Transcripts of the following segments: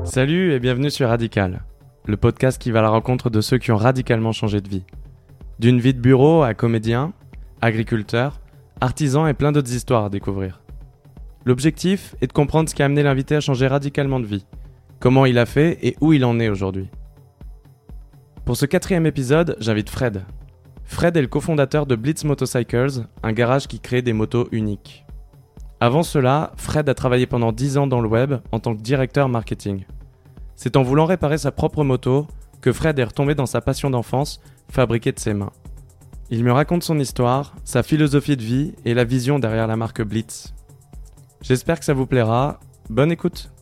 Salut et bienvenue sur Radical, le podcast qui va à la rencontre de ceux qui ont radicalement changé de vie. D'une vie de bureau à comédien, agriculteur, artisan et plein d'autres histoires à découvrir. L'objectif est de comprendre ce qui a amené l'invité à changer radicalement de vie, comment il a fait et où il en est aujourd'hui. Pour ce 4e épisode, j'invite Fred. Fred est le cofondateur de Blitz Motorcycles, un garage qui crée des motos uniques. Avant cela, Fred a travaillé pendant 10 ans dans le web en tant que directeur marketing. C'est en voulant réparer sa propre moto que Fred est retombé dans sa passion d'enfance, fabriquer de ses mains. Il me raconte son histoire, sa philosophie de vie et la vision derrière la marque Blitz. J'espère que ça vous plaira. Bonne écoute.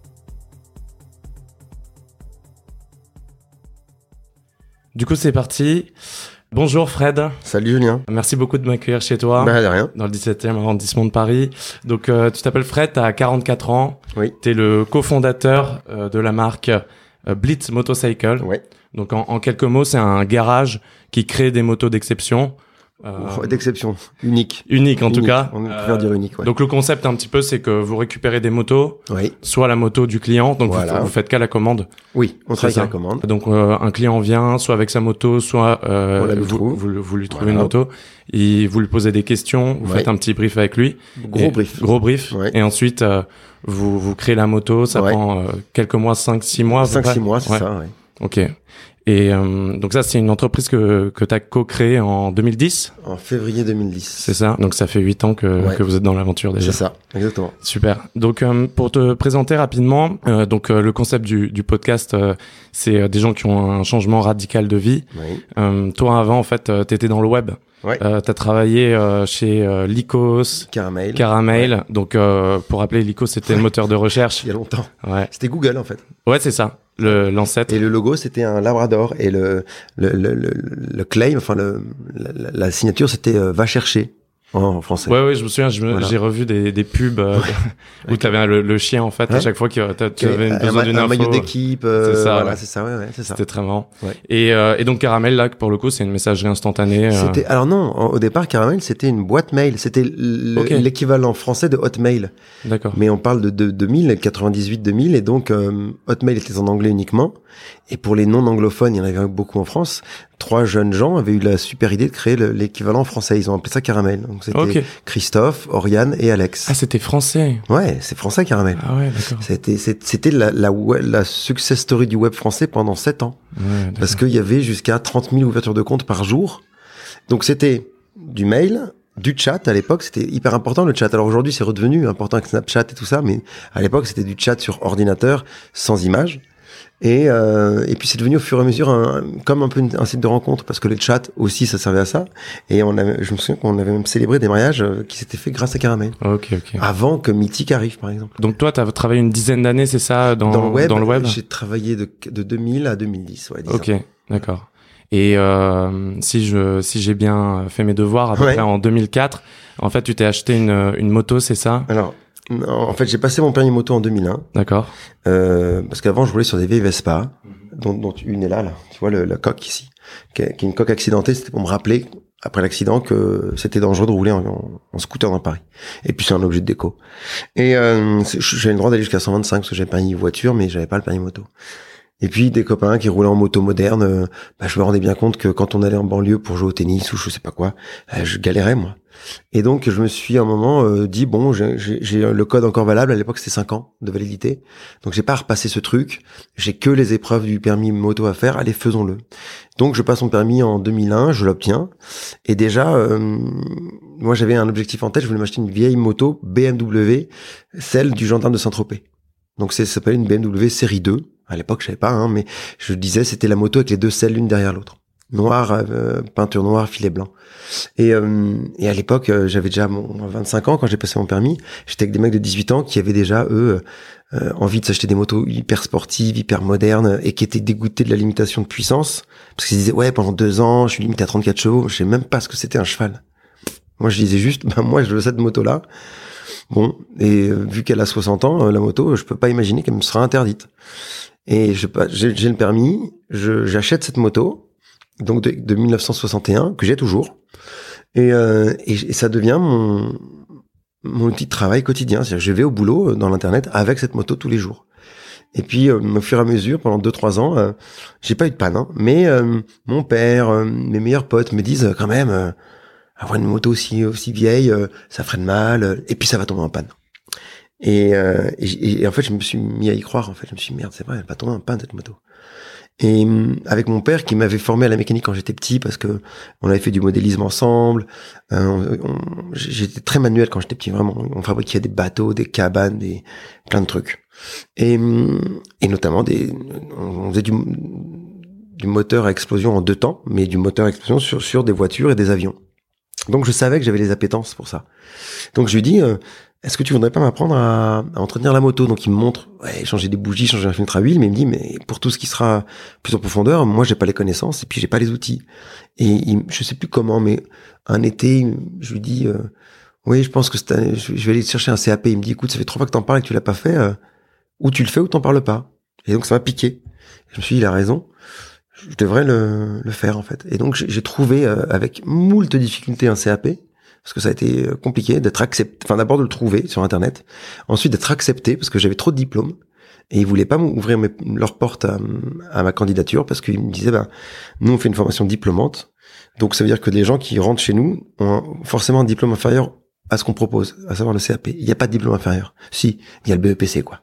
Du coup, c'est parti. Bonjour Fred. Salut Julien. Merci beaucoup de m'accueillir chez toi. De rien. Dans le 17e arrondissement de Paris. Donc, tu t'appelles Fred, t'as 44 ans. Oui. T'es le cofondateur de la marque Blitz Motorcycle. Oui. Donc, en quelques mots, c'est un garage qui crée des motos d'exception. D'exception. Unique. Unique en tout cas. On préfère dire unique, ouais. Donc, le concept un petit peu, c'est que vous récupérez des motos. Oui. Soit la moto du client. Donc, voilà. vous faites qu'à la commande. Oui, on travaille à la commande. Donc, un client vient, soit avec sa moto, soit vous lui trouvez une moto. Et vous lui posez des questions, vous faites un petit brief avec lui. Gros brief. Ouais. Et ensuite, vous créez la moto. Ça prend quelques mois, 5-6 mois. 5-6 mois, c'est ça, ouais. Ok. Et donc ça, c'est une entreprise que tu as co-créée en 2010. En février 2010. C'est ça. Donc ça fait 8 ans que vous êtes dans l'aventure déjà. C'est ça, exactement. Super. Donc pour te présenter rapidement, le concept du podcast, c'est des gens qui ont un changement radical de vie. Oui. Toi avant, en fait, t'étais dans le web. Ouais. T'as travaillé chez Lycos, Caramel. Ouais. Donc pour rappeler, Lycos, c'était le moteur de recherche. Il y a longtemps. Ouais. C'était Google en fait. Ouais, c'est ça. L'ancêtre. Et le logo, c'était un Labrador. Et le claim, enfin la signature, c'était va chercher en français. Ouais, je me souviens, j'ai revu des pubs où t'avais le chien en fait à chaque fois que tu avais besoin d'une info. Un maillot d'équipe. C'est ça. Voilà, c'est ça. Ouais, c'est ça. C'était très marrant. Ouais. Et donc Caramel là, pour le coup, c'est une messagerie instantanée. Alors non, au départ Caramel, c'était une boîte mail. C'était l'équivalent français de Hotmail. D'accord. Mais on parle de 2000, 98-2000, et donc Hotmail était en anglais uniquement. Et pour les non-anglophones, il y en avait beaucoup en France. 3 jeunes gens avaient eu la super idée de créer l'équivalent français. Ils ont appelé ça Caramel. Donc c'était Christophe, Oriane et Alex. Ah, c'était français. Ouais, c'est français Caramel. Ah ouais, d'accord. C'était la success story du web français pendant 7 ans. Ouais, parce qu'il y avait jusqu'à 30 000 ouvertures de compte par jour. Donc c'était du mail, du chat. À l'époque, c'était hyper important le chat. Alors aujourd'hui, c'est redevenu important avec Snapchat et tout ça, mais à l'époque, c'était du chat sur ordinateur, sans image. Et puis c'est devenu au fur et à mesure comme un peu un site de rencontre, parce que le chat aussi, ça servait à ça. Et je me souviens qu'on avait même célébré des mariages qui s'étaient faits grâce à Caramel. Ok. Avant que Mythic arrive, par exemple. Donc toi, t'as travaillé une dizaine d'années, c'est ça, dans le web? J'ai travaillé de 2000 à 2010, ouais. 10 ok, ans. d'accord. Et si j'ai bien fait mes devoirs, à peu près en 2004, en fait, tu t'es acheté une moto, c'est ça? Alors, en fait, j'ai passé mon permis moto en 2001. D'accord. Parce qu'avant, je roulais sur des vieilles Vespa, dont une est là. Tu vois la coque ici, qui est une coque accidentée. C'était pour me rappeler, après l'accident, que c'était dangereux de rouler en scooter dans Paris. Et puis, c'est un objet de déco. Et j'avais le droit d'aller jusqu'à 125 parce que j'avais le permis voiture, mais j'avais pas le permis moto. Et puis des copains qui roulaient en moto moderne, je me rendais bien compte que quand on allait en banlieue pour jouer au tennis ou je sais pas quoi, je galérais moi. Et donc je me suis à un moment dit bon, j'ai le code encore valable, à l'époque c'était 5 ans de validité. Donc j'ai pas repassé ce truc, j'ai que les épreuves du permis moto à faire, allez faisons-le. Donc je passe mon permis en 2001, je l'obtiens et déjà moi j'avais un objectif en tête, je voulais m'acheter une vieille moto BMW, celle du gendarme de Saint-Tropez. Donc ça s'appelle une BMW série 2. À l'époque, je savais pas, mais je disais c'était la moto avec les 2 selles l'une derrière l'autre. Noir, peinture noire, filet blanc. Et à l'époque, j'avais déjà 25 ans quand j'ai passé mon permis. J'étais avec des mecs de 18 ans qui avaient déjà, eux, envie de s'acheter des motos hyper sportives, hyper modernes, et qui étaient dégoûtés de la limitation de puissance. Parce qu'ils disaient, ouais, pendant 2 ans, je suis limité à 34 chevaux. Je sais même pas ce que c'était un cheval. Moi, je disais juste, moi, je veux cette moto-là. Bon, et vu qu'elle a 60 ans, la moto, je peux pas imaginer qu'elle me sera interdite. Et j'ai le permis, j'achète cette moto, donc de 1961, que j'ai toujours, et ça devient mon outil de travail quotidien. C'est-à-dire que je vais au boulot dans l'internet avec cette moto tous les jours. Et puis, au fur et à mesure, pendant 2-3 ans, j'ai pas eu de panne, hein, mais mon père, mes meilleurs potes me disent quand même, avoir une moto aussi vieille, ça freine mal, et puis ça va tomber en panne. Et en fait, je me suis mis à y croire. En fait, je me suis dit, merde, c'est vrai, elle va tomber en panne cette moto. Et avec mon père qui m'avait formé à la mécanique quand j'étais petit, parce que on avait fait du modélisme ensemble. J'étais très manuel quand j'étais petit, vraiment. On fabriquait des bateaux, des cabanes, plein de trucs. Et notamment on faisait du moteur à explosion en 2 temps, mais du moteur à explosion sur des voitures et des avions. Donc je savais que j'avais les appétences pour ça. Donc je lui dis, est-ce que tu voudrais pas m'apprendre à entretenir la moto? Donc il me montre, changer des bougies, changer un filtre à huile, mais il me dit, mais pour tout ce qui sera plus en profondeur, moi j'ai pas les connaissances et puis j'ai pas les outils. Et je sais plus comment, mais un été, je lui dis, oui, je pense que je vais aller chercher un CAP. Il me dit, écoute, ça fait 3 fois que t'en parles et que tu l'as pas fait, ou tu le fais ou t'en parles pas. Et donc ça m'a piqué. Je me suis dit, il a raison. Je devrais le faire en fait. Et donc j'ai trouvé avec moult difficultés un CAP, parce que ça a été compliqué d'être accepté. Enfin d'abord de le trouver sur internet, ensuite d'être accepté parce que j'avais trop de diplômes et ils voulaient pas m'ouvrir leurs portes à ma candidature parce qu'ils me disaient nous on fait une formation diplômante, donc ça veut dire que les gens qui rentrent chez nous ont forcément un diplôme inférieur à ce qu'on propose, à savoir le CAP. Il n'y a pas de diplôme inférieur. Si, il y a le BEPC quoi.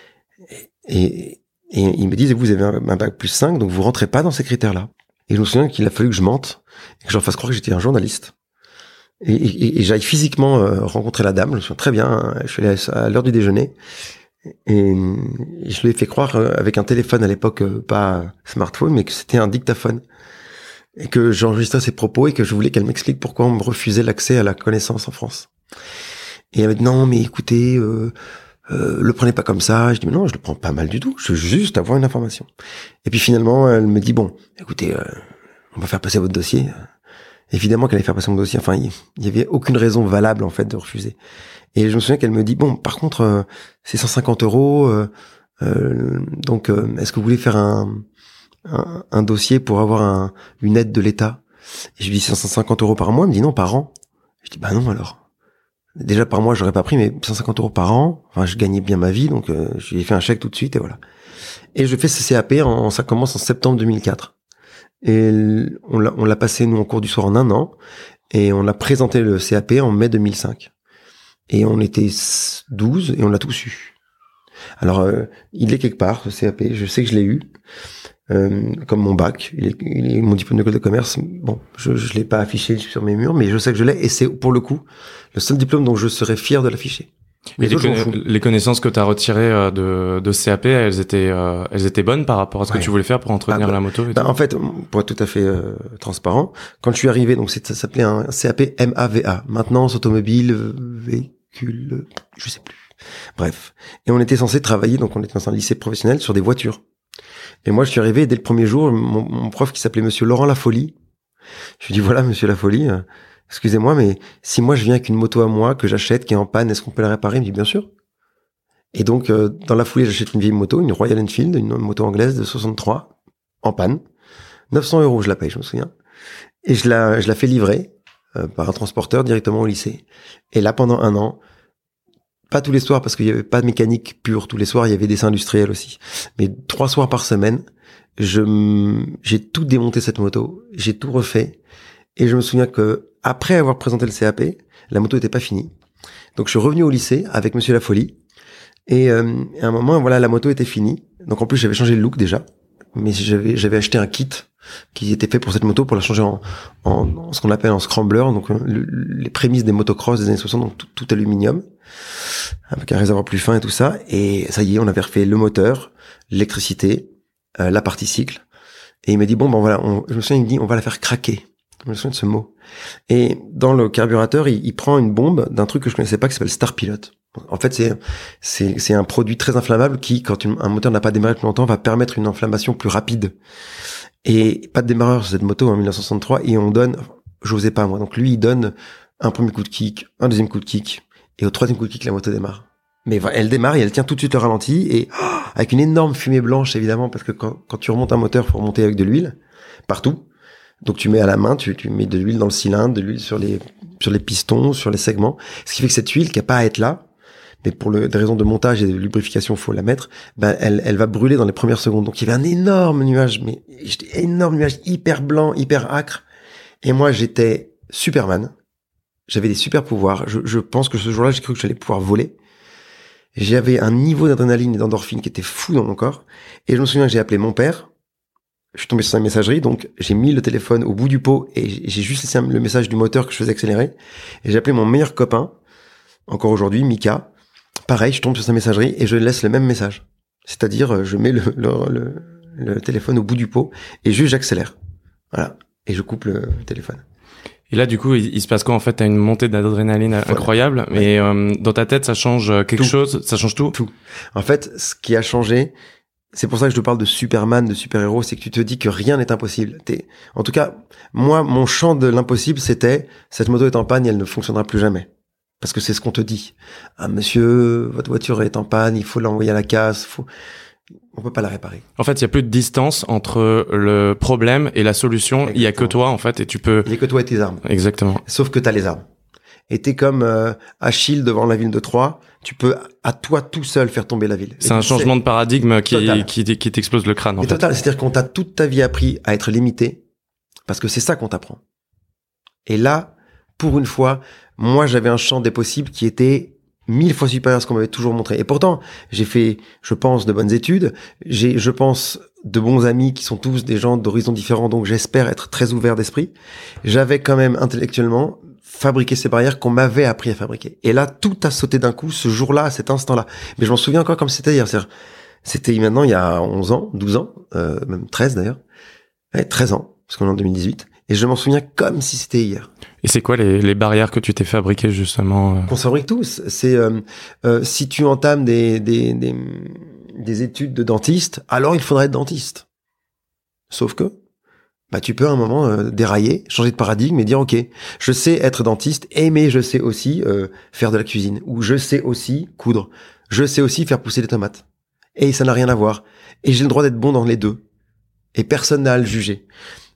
Et ils me disent, vous avez un bac plus 5, donc vous rentrez pas dans ces critères-là. Et je me souviens qu'il a fallu que je mente, et que je leur fasse croire que j'étais un journaliste. Et j'aille physiquement rencontrer la dame, je me souviens très bien, je suis allé à l'heure du déjeuner, et je lui ai fait croire avec un téléphone à l'époque, pas smartphone, mais que c'était un dictaphone. Et que j'enregistrais ses propos et que je voulais qu'elle m'explique pourquoi on me refusait l'accès à la connaissance en France. Et elle m'a dit, non, mais écoutez... le prenez pas comme ça. Je dis mais non, je le prends pas mal du tout. Je veux juste avoir une information. Et puis finalement, elle me dit bon, écoutez, on va faire passer votre dossier. Évidemment qu'elle allait faire passer mon dossier. Enfin, il y avait aucune raison valable en fait de refuser. Et je me souviens qu'elle me dit bon, par contre, c'est 150 €. Donc, est-ce que vous voulez faire un dossier pour avoir une aide de l'État? Et je lui dis 150 € par mois. Elle me dit non, par an. Je dis bah non alors. Déjà par mois j'aurais pas pris, mais 150 € par an. Enfin, je gagnais bien ma vie, donc je lui ai fait un chèque tout de suite et voilà. Et je fais ce CAP, ça commence en septembre 2004. Et on l'a passé nous en cours du soir en 1 an, et on a présenté le CAP en mai 2005. Et on était 12 et on l'a tous eu. Alors il est quelque part ce CAP, je sais que je l'ai eu. Comme mon bac, il est mon diplôme d'école de commerce. Bon, je l'ai pas affiché sur mes murs, mais je sais que je l'ai, et c'est pour le coup le seul diplôme dont je serais fier de l'afficher. Mais les connaissances que tu as retirées de CAP, elles étaient bonnes par rapport à ce que tu voulais faire pour entretenir la moto. En fait, pour être tout à fait transparent, quand je suis arrivé, donc ça s'appelait un CAP MAVA, maintenance automobile, véhicule, je sais plus. Bref, et on était censé travailler, donc on était dans un lycée professionnel sur des voitures. Et moi, je suis arrivé, dès le premier jour, mon prof qui s'appelait Monsieur Laurent Lafolie, je lui dis, voilà, Monsieur Lafolie, excusez-moi, mais si moi je viens avec une moto à moi, que j'achète, qui est en panne, est-ce qu'on peut la réparer? Il me dit, bien sûr. Et donc, dans la foulée, j'achète une vieille moto, une Royal Enfield, une moto anglaise de 63, en panne. 900 € je la paye, je me souviens. Et je la fais livrer, par un transporteur directement au lycée. Et là, pendant 1 an, pas tous les soirs parce qu'il y avait pas de mécanique pure. Tous les soirs, il y avait des essais industriels aussi. Mais 3 soirs par semaine, j'ai tout démonté cette moto. J'ai tout refait. Et je me souviens que après avoir présenté le CAP, la moto était pas finie. Donc je suis revenu au lycée avec Monsieur Lafolie. Et à un moment, voilà, la moto était finie. Donc en plus, j'avais changé le look déjà. Mais j'avais acheté un kit qui était fait pour cette moto, pour la changer en ce qu'on appelle en scrambler, donc les prémices des motocross des années 60, donc tout aluminium, avec un réservoir plus fin et tout ça. Et ça y est, on avait refait le moteur, l'électricité, la partie cycle. Et il m'a dit, bon, ben voilà, je me souviens, il me dit, on va la faire craquer. Je me souviens de ce mot. Et dans le carburateur, il prend une bombe d'un truc que je connaissais pas, qui s'appelle Star Pilot. En fait, c'est un produit très inflammable qui, quand un moteur n'a pas démarré plus longtemps, va permettre une inflammation plus rapide. Et pas de démarreur sur cette moto en 1963, et on donne, j'osais pas moi, donc lui il donne un premier coup de kick, un deuxième coup de kick, et au troisième coup de kick la moto démarre. Mais elle démarre et elle tient tout de suite le ralenti, et avec une énorme fumée blanche évidemment, parce que quand tu remontes un moteur, faut remonter avec de l'huile partout. Donc tu mets à la main, tu mets de l'huile dans le cylindre, de l'huile sur les pistons, sur les segments, ce qui fait que cette huile qui a pas à être là, mais pour des raisons de montage et de lubrification, faut la mettre, ben, elle va brûler dans les premières secondes. Donc, il y avait un énorme nuage, hyper blanc, hyper acre. Et moi, j'étais Superman. J'avais des super pouvoirs. Je pense que ce jour-là, j'ai cru que j'allais pouvoir voler. J'avais un niveau d'adrénaline et d'endorphine qui était fou dans mon corps. Et je me souviens que j'ai appelé mon père. Je suis tombé sur sa messagerie, donc j'ai mis le téléphone au bout du pot et j'ai juste laissé le message du moteur que je faisais accélérer. Et j'ai appelé mon meilleur copain, encore aujourd'hui, Mika. Pareil, je tombe sur sa messagerie et je laisse le même message. C'est-à-dire, je mets le téléphone au bout du pot et juste j'accélère. Voilà. Et je coupe le téléphone. Et là, du coup, il se passe quoi? En fait, t'as une montée d'adrénaline incroyable, mais dans ta tête, ça change quelque chose? Ça change tout? Tout. En fait, ce qui a changé, c'est pour ça que je te parle de Superman, de super-héros, c'est que tu te dis que rien n'est impossible. En tout cas, moi, mon champ de l'impossible, c'était, cette moto est en panne et elle ne fonctionnera plus jamais. Parce que c'est ce qu'on te dit. Ah, monsieur, votre voiture est en panne, il faut l'envoyer à la casse, on peut pas la réparer. En fait, il y a plus de distance entre le problème et la solution. Exactement. Il y a que toi, en fait, et tu peux... Il y a que toi et tes armes. Exactement. Sauf que t'as les armes. Et t'es comme Achille devant la ville de Troie. Tu peux, à toi tout seul, faire tomber la ville. C'est un changement de paradigme qui t'explose le crâne, en fait. Total. C'est-à-dire qu'on t'a toute ta vie appris à être limité, parce que c'est ça qu'on t'apprend. Et là, pour une fois, moi, j'avais un champ des possibles qui était 1000 fois supérieur à ce qu'on m'avait toujours montré. Et pourtant, j'ai fait, je pense, de bonnes études. J'ai, je pense, de bons amis qui sont tous des gens d'horizons différents, donc j'espère être très ouvert d'esprit. J'avais quand même intellectuellement fabriqué ces barrières qu'on m'avait appris à fabriquer. Et là, tout a sauté d'un coup, ce jour-là, à cet instant-là. Mais je m'en souviens encore comme c'était hier. C'était maintenant il y a 11 ans, 12 ans, même 13 d'ailleurs. Ouais, 13 ans, parce qu'on est en 2018. Et je m'en souviens comme si c'était hier. Et c'est quoi les barrières que tu t'es fabriquées justement Qu'on se fabrique tous. C'est si tu entames des études de dentiste, alors il faudrait être dentiste. Sauf que bah tu peux à un moment dérailler, changer de paradigme et dire ok, je sais être dentiste, mais je sais aussi faire de la cuisine, ou je sais aussi coudre, je sais aussi faire pousser des tomates. Et ça n'a rien à voir. Et j'ai le droit d'être bon dans les deux. Et personne n'a à le juger.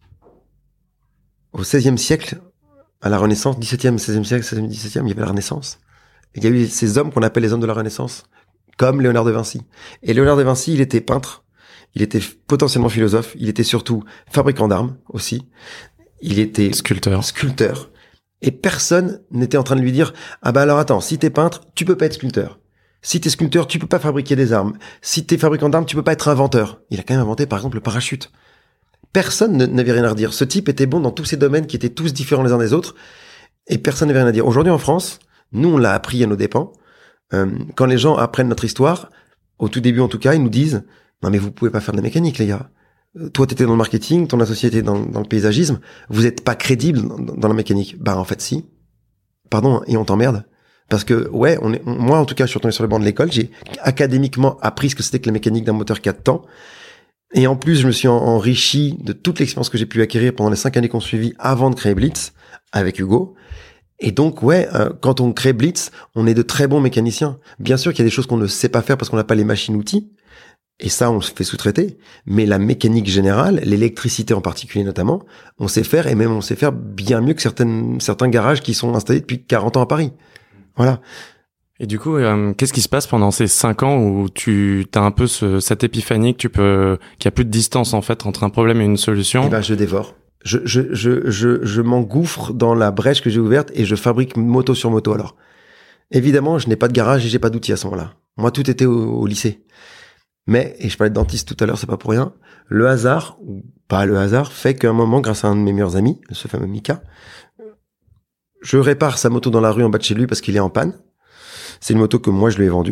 Au XVIe siècle, à la Renaissance, XVIIe, XVIe siècle, XVIe, XVIIe, il y avait la Renaissance. Il y a eu ces hommes qu'on appelle les hommes de la Renaissance, comme Léonard de Vinci. Et Léonard de Vinci, il était peintre, il était potentiellement philosophe, il était surtout fabricant d'armes aussi, il était sculpteur. Et personne n'était en train de lui dire « Ah bah alors attends, si t'es peintre, tu peux pas être sculpteur. Si t'es sculpteur, tu peux pas fabriquer des armes. Si t'es fabricant d'armes, tu peux pas être inventeur. » Il a quand même inventé par exemple le parachute. Personne n'avait rien à redire. Ce type était bon dans tous ces domaines qui étaient tous différents les uns des autres, et personne n'avait rien à dire. Aujourd'hui en France, nous on l'a appris à nos dépens. Quand les gens apprennent notre histoire, au tout début en tout cas, ils nous disent « Non mais vous pouvez pas faire de la mécanique les gars. Toi t'étais dans le marketing, ton associé était dans le paysagisme, vous êtes pas crédible dans la mécanique. » Bah en fait si. Pardon, et on t'emmerde. Parce que ouais, moi en tout cas je suis retourné sur le banc de l'école, j'ai académiquement appris ce que c'était que la mécanique d'un moteur 4 temps. Et en plus, je me suis enrichi de toute l'expérience que j'ai pu acquérir pendant les 5 années qu'on suivit avant de créer Blitz avec Hugo. Et donc, ouais, quand on crée Blitz, on est de très bons mécaniciens. Bien sûr qu'il y a des choses qu'on ne sait pas faire parce qu'on n'a pas les machines-outils. Et ça, on se fait sous-traiter. Mais la mécanique générale, l'électricité en particulier notamment, on sait faire, et même on sait faire bien mieux que certains garages qui sont installés depuis 40 ans à Paris. Voilà. Et du coup, qu'est-ce qui se passe pendant ces 5 ans où tu as un peu cette épiphanie qu'il y a plus de distance en fait entre un problème et une solution? Eh ben, je dévore. Je m'engouffre dans la brèche que j'ai ouverte et je fabrique moto sur moto. Alors, évidemment, je n'ai pas de garage et j'ai pas d'outils à ce moment-là. Moi, tout était au lycée. Mais, et je parlais de dentiste tout à l'heure, c'est pas pour rien, le hasard, ou pas le hasard, fait qu'à un moment, grâce à un de mes meilleurs amis, ce fameux Mika, je répare sa moto dans la rue en bas de chez lui parce qu'il est en panne. C'est une moto que moi je lui ai vendue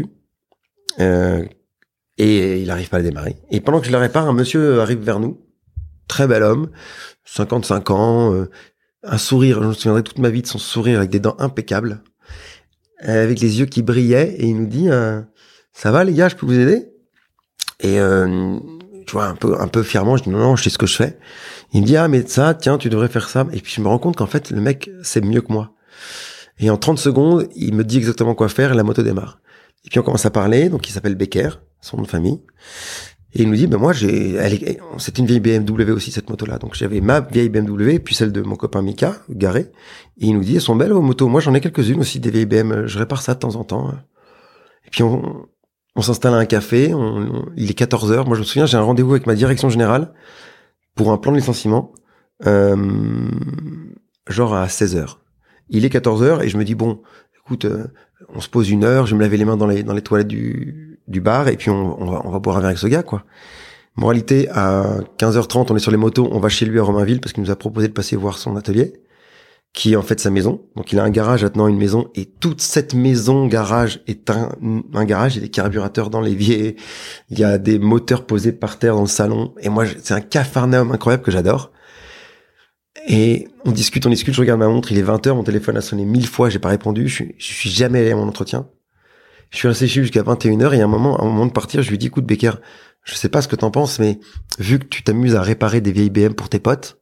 et il arrive pas à la démarrer. Et pendant que je la répare, un monsieur arrive vers nous, très bel homme, 55 ans, un sourire, je me souviendrai toute ma vie de son sourire avec des dents impeccables, avec les yeux qui brillaient, et il nous dit ça va les gars, je peux vous aider? Et tu vois, un peu fièrement, je dis non, je sais ce que je fais. Il me dit ah mais ça, tiens, tu devrais faire ça. Et puis je me rends compte qu'en fait le mec c'est mieux que moi. Et en 30 secondes, il me dit exactement quoi faire et la moto démarre. Et puis on commence à parler, donc il s'appelle Becker, son nom de famille. Et il nous dit, ben moi c'était une vieille BMW aussi cette moto-là. Donc j'avais ma vieille BMW, puis celle de mon copain Mika, garée. Et il nous dit, elles sont belles vos motos. Moi j'en ai quelques-unes aussi, des vieilles BM, je répare ça de temps en temps. Puis on s'installe à un café, il est 14h. Moi, je me souviens, j'ai un rendez-vous avec ma direction générale pour un plan de licenciement, genre à 16h. Il est 14h et je me dis, bon, écoute, on se pose 1 heure, je vais me laver les mains dans les toilettes du bar et puis on va boire un verre avec ce gars, quoi. Moralité, à 15h30, on est sur les motos, on va chez lui à Romainville parce qu'il nous a proposé de passer voir son atelier, qui est en fait sa maison. Donc il a un garage attenant une maison et toute cette maison garage est un garage. Il y a des carburateurs dans l'évier, il y a des moteurs posés par terre dans le salon. Et moi, c'est un capharnaüm incroyable que j'adore. Et on discute, je regarde ma montre, il est 20h, mon téléphone a sonné 1000 fois, j'ai pas répondu, je suis jamais allé à mon entretien. Je suis resté chez lui jusqu'à 21h et à un moment de partir, je lui dis, écoute Becker, je sais pas ce que t'en penses, mais vu que tu t'amuses à réparer des vieilles BM pour tes potes,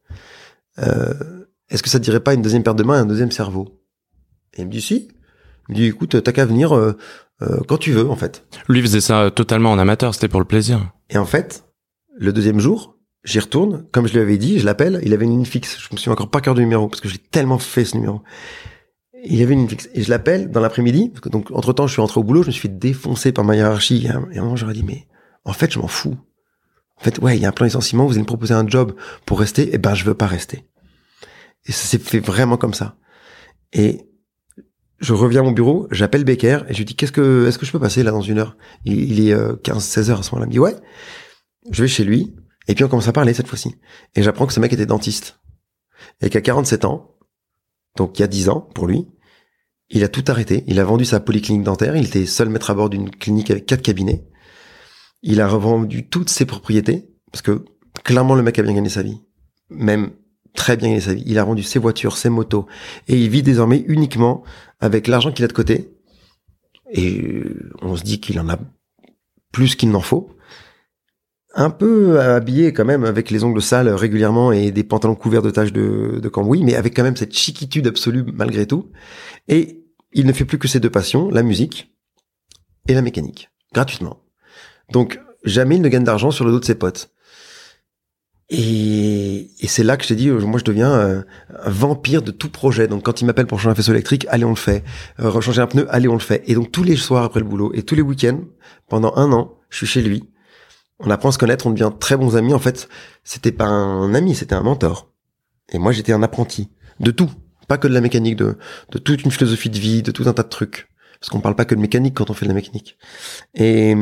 est-ce que ça te dirait pas une deuxième paire de mains et un deuxième cerveau? Et il me dit si. Il me dit écoute, t'as qu'à venir quand tu veux en fait. Lui faisait ça totalement en amateur, c'était pour le plaisir. Et en fait, le deuxième jour, j'y retourne, comme je lui avais dit, je l'appelle, il avait une ligne fixe. Je me souviens encore pas cœur du numéro, parce que j'ai tellement fait ce numéro. Il avait une ligne fixe. Et je l'appelle dans l'après-midi, parce que donc entre-temps, je suis rentré au boulot, je me suis fait défoncer par ma hiérarchie. Et à un moment, j'aurais dit, mais en fait, je m'en fous. En fait, ouais, il y a un plan de licenciement, vous allez me proposer un job pour rester, et ben je veux pas rester. Et ça s'est fait vraiment comme ça. Et je reviens à mon bureau, j'appelle Becker, et je lui dis, est-ce que je peux passer là dans 1 heure? Il est 15-16 heures à ce moment-là. Il me dit, ouais. Je vais chez lui, et puis on commence à parler cette fois-ci. Et j'apprends que ce mec était dentiste. Et qu'à 47 ans, donc il y a 10 ans pour lui, il a tout arrêté. Il a vendu sa polyclinique dentaire, il était seul maître à bord d'une clinique avec 4 cabinets. Il a revendu toutes ses propriétés, parce que clairement le mec a bien gagné sa vie. Même très bien gagné sa vie. Il a vendu ses voitures, ses motos, et il vit désormais uniquement avec l'argent qu'il a de côté. Et on se dit qu'il en a plus qu'il n'en faut. Un peu habillé quand même, avec les ongles sales régulièrement et des pantalons couverts de taches de cambouis, mais avec quand même cette chiquitude absolue malgré tout. Et il ne fait plus que ses 2 passions, la musique et la mécanique, gratuitement. Donc jamais il ne gagne d'argent sur le dos de ses potes. Et c'est là que je t'ai dit, moi je deviens un vampire de tout projet. Donc quand il m'appelle pour changer un faisceau électrique, allez on le fait. Rechanger un pneu, allez on le fait. Et donc tous les soirs après le boulot et tous les week-ends, pendant 1 an, je suis chez lui. On apprend à se connaître, on devient très bons amis. En fait, c'était pas un ami, c'était un mentor. Et moi j'étais un apprenti de tout, pas que de la mécanique, de toute une philosophie de vie, de tout un tas de trucs. Parce qu'on parle pas que de mécanique quand on fait de la mécanique. Et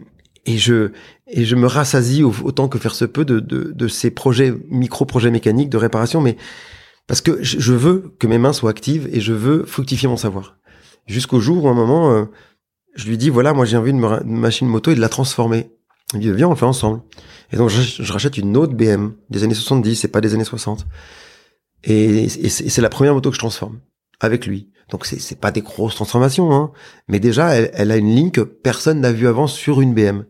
je me rassasie autant que faire se peut de ces projets, micro-projets mécaniques de réparation, mais parce que je veux que mes mains soient actives et je veux fructifier mon savoir. Jusqu'au jour où, à un moment, je lui dis, voilà, moi j'ai envie de machine moto et de la transformer. Il me dit, viens, on le fait ensemble. Et donc je rachète une autre BM des années 70, et pas des années 60. Et c'est la première moto que je transforme avec lui. Donc c'est pas des grosses transformations, hein, mais déjà elle a une ligne que personne n'a vue avant sur une BM.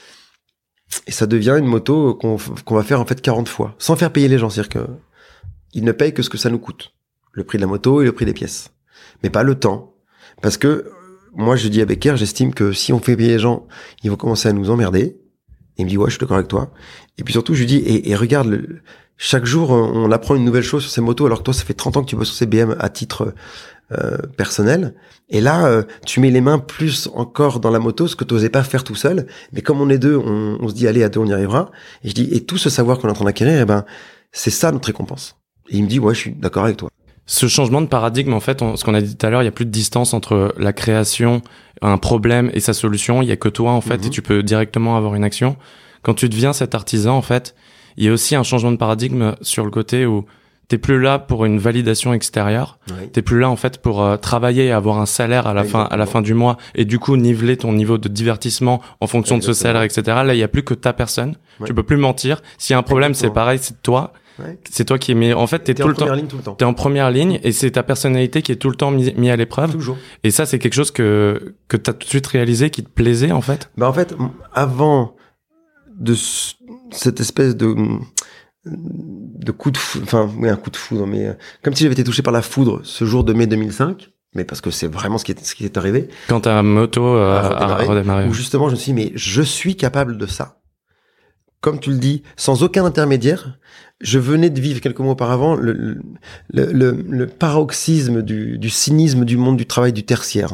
Et ça devient une moto qu'on va faire en fait 40 fois, sans faire payer les gens. C'est-à-dire que ils ne payent que ce que ça nous coûte. Le prix de la moto et le prix des pièces. Mais pas le temps. Parce que moi je dis à Becker, j'estime que si on fait payer les gens, ils vont commencer à nous emmerder. Et il me dit, ouais, je suis d'accord avec toi. Et puis surtout, je lui dis, et regarde, chaque jour, on apprend une nouvelle chose sur ces motos, alors que toi, ça fait 30 ans que tu bosses sur ces BM à titre personnel. Et là, tu mets les mains plus encore dans la moto, ce que tu n'osais pas faire tout seul. Mais comme on est 2, on se dit, allez, à 2, on y arrivera. Et je dis, et tout ce savoir qu'on est en train d'acquérir, eh ben, c'est ça notre récompense. Et il me dit, ouais, je suis d'accord avec toi. Ce changement de paradigme, en fait, ce qu'on a dit tout à l'heure, il y a plus de distance entre la création, un problème et sa solution. Il y a que toi, en fait, et tu peux directement avoir une action. Quand tu deviens cet artisan, en fait, il y a aussi un changement de paradigme sur le côté où t'es plus là pour une validation extérieure. Oui. T'es plus là, en fait, pour travailler et avoir un salaire à la fin du mois et du coup niveler ton niveau de divertissement en fonction de ce salaire, etc. Là, il y a plus que ta personne. Ouais. Tu peux plus mentir. S'il y a un problème, c'est pareil, c'est toi. Ouais. C'est toi qui es mis. En fait, t'es tout le temps. T'es en première ligne et c'est ta personnalité qui est tout le temps mis à l'épreuve. Toujours. Et ça, c'est quelque chose que t'as tout de suite réalisé, qui te plaisait, en fait. Bah, en fait, avant de cette espèce de coup de foudre, enfin, oui, un coup de foudre, mais comme si j'avais été touché par la foudre ce jour de mai 2005. Mais parce que c'est vraiment ce qui est arrivé. Quand ta moto a redémarré. Où justement, je me suis dit, mais je suis capable de ça. Comme tu le dis, sans aucun intermédiaire. Je venais de vivre quelques mois auparavant le paroxysme du cynisme du monde du travail du tertiaire. Hein.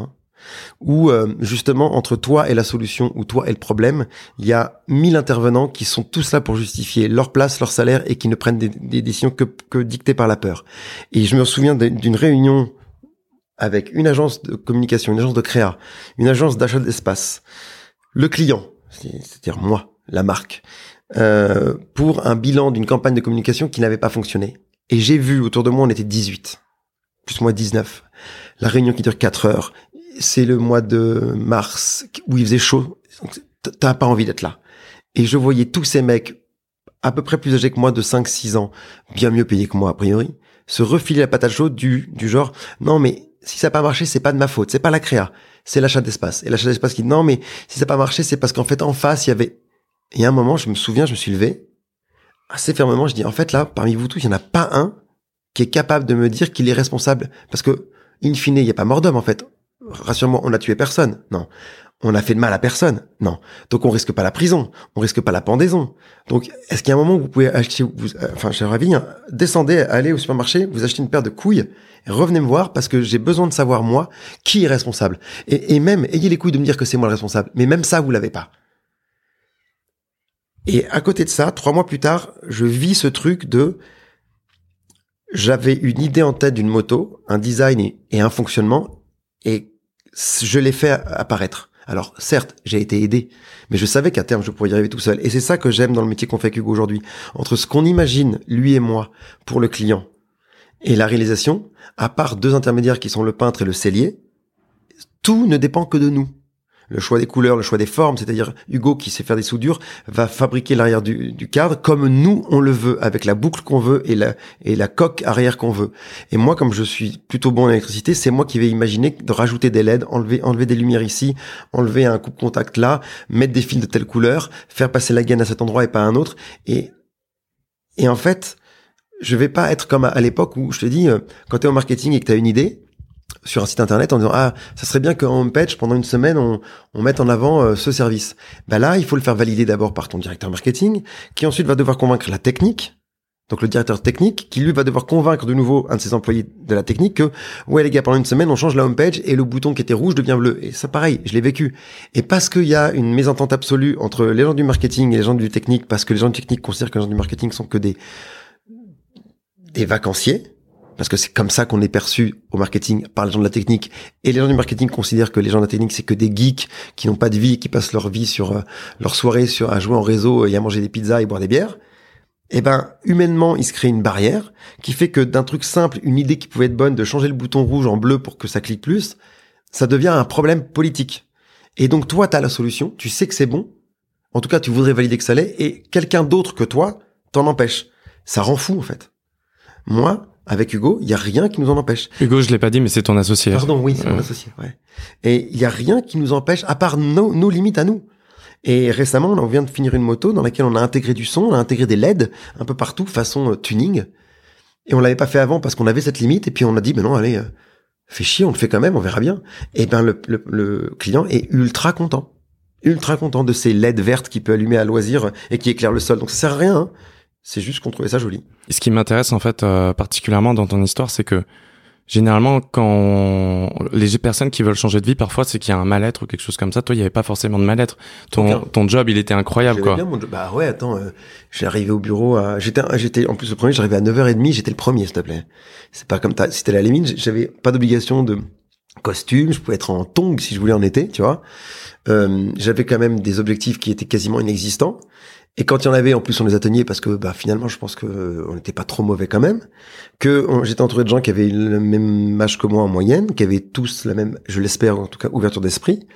où justement entre toi et la solution ou toi et le problème, il y a 1000 intervenants qui sont tous là pour justifier leur place, leur salaire et qui ne prennent des décisions que dictées par la peur. Et je me souviens d'une réunion avec une agence de communication, une agence de créa, une agence d'achat d'espace, le client, c'est-à-dire moi, la marque, pour un bilan d'une campagne de communication qui n'avait pas fonctionné. Et j'ai vu autour de moi, on était 18, plus moi 19. La réunion qui dure 4 heures, c'est le mois de mars où il faisait chaud. T'as pas envie d'être là. Et je voyais tous ces mecs, à peu près plus âgés que moi, de 5-6 ans, bien mieux payés que moi a priori, se refiler la patate chaude du genre, non mais si ça n'a pas marché, c'est pas de ma faute, c'est pas la créa, c'est l'achat d'espace. Et l'achat d'espace qui dit, non mais si ça n'a pas marché, c'est parce qu'en fait en face, il y avait... Et à un moment, je me souviens, je me suis levé, assez fermement, je dis, en fait là, parmi vous tous, il n'y en a pas un qui est capable de me dire qu'il est responsable. Parce que, in fine, il n'y a pas mort d'homme en fait. Rassure-moi, on n'a tué personne. Non. On a fait de mal à personne. Non. Donc on risque pas la prison. On risque pas la pendaison. Donc, est-ce qu'il y a un moment où vous pouvez acheter, cher Ravi, descendez, allez au supermarché, vous achetez une paire de couilles, et revenez me voir parce que j'ai besoin de savoir, moi, qui est responsable. Et même, ayez les couilles de me dire que c'est moi le responsable. Mais même ça, vous l'avez pas. Et à côté de ça, 3 mois plus tard, je vis ce truc de, j'avais une idée en tête d'une moto, un design et un fonctionnement, et je l'ai fait apparaître. Alors, certes, j'ai été aidé, mais je savais qu'à terme, je pourrais y arriver tout seul. Et c'est ça que j'aime dans le métier qu'on fait avec Hugo aujourd'hui. Entre ce qu'on imagine, lui et moi, pour le client, et la réalisation, à part 2 intermédiaires qui sont le peintre et le sellier, tout ne dépend que de nous. Le choix des couleurs, le choix des formes, c'est-à-dire Hugo qui sait faire des soudures, va fabriquer l'arrière du cadre comme nous on le veut, avec la boucle qu'on veut et la coque arrière qu'on veut. Et moi, comme je suis plutôt bon en électricité, c'est moi qui vais imaginer de rajouter des LED, enlever des lumières ici, enlever un coupe-contact là, mettre des fils de telle couleur, faire passer la gaine à cet endroit et pas à un autre. Et en fait, je vais pas être comme à l'époque où je te dis, quand t'es au marketing et que t'as une idée, sur un site internet en disant ça serait bien qu'en homepage pendant une semaine on mette en avant ce service. Ben là, il faut le faire valider d'abord par ton directeur marketing qui ensuite va devoir convaincre la technique. Donc le directeur technique qui lui va devoir convaincre de nouveau un de ses employés de la technique que ouais les gars, pendant une semaine on change la homepage et le bouton qui était rouge devient bleu. Et ça pareil, je l'ai vécu. Et parce qu'il y a une mésentente absolue entre les gens du marketing et les gens du technique, parce que les gens du technique considèrent que les gens du marketing sont que des vacanciers, parce que c'est comme ça qu'on est perçu au marketing par les gens de la technique, et les gens du marketing considèrent que les gens de la technique c'est que des geeks qui n'ont pas de vie, qui passent leur vie sur leur soirée à jouer en réseau et à manger des pizzas et boire des bières. Et ben humainement il se crée une barrière qui fait que d'un truc simple, une idée qui pouvait être bonne de changer le bouton rouge en bleu pour que ça clique plus, ça devient un problème politique. Et donc toi t'as la solution, tu sais que c'est bon, en tout cas tu voudrais valider que ça l'est, et quelqu'un d'autre que toi t'en empêche. Ça rend fou en fait. Moi, avec Hugo, il y a rien qui nous en empêche. Hugo, je l'ai pas dit, mais c'est ton associé. Pardon, oui, c'est mon associé, ouais. Et il y a rien qui nous empêche, à part nos limites à nous. Et récemment, on vient de finir une moto dans laquelle on a intégré du son, on a intégré des LED un peu partout, façon tuning. Et on l'avait pas fait avant parce qu'on avait cette limite, et puis on a dit, ben non, allez, fais chier, on le fait quand même, on verra bien. Et ben, le client est ultra content de ces LED vertes qu'il peut allumer à loisir et qui éclairent le sol. Donc ça sert à rien, hein. C'est juste qu'on trouvait ça joli. Et ce qui m'intéresse en fait particulièrement dans ton histoire, c'est que généralement quand les personnes qui veulent changer de vie, parfois c'est qu'il y a un mal-être ou quelque chose comme ça. Toi, il y avait pas forcément de mal-être. Ton job, il était incroyable, quoi. Bien mon job. Bah ouais, attends, j'ai arrivé au bureau j'étais en plus le premier, j'arrivais à 9h30, j'étais le premier, s'il te plaît. C'est pas comme si t'es à la limite, j'avais pas d'obligation de costume, je pouvais être en tongs si je voulais en été, tu vois. J'avais quand même des objectifs qui étaient quasiment inexistants. Et quand il y en avait, en plus, on les atteignait parce que, finalement, je pense que on n'était pas trop mauvais quand même. J'étais entouré de gens qui avaient le même âge que moi en moyenne, qui avaient tous la même, je l'espère, en tout cas, ouverture d'esprit.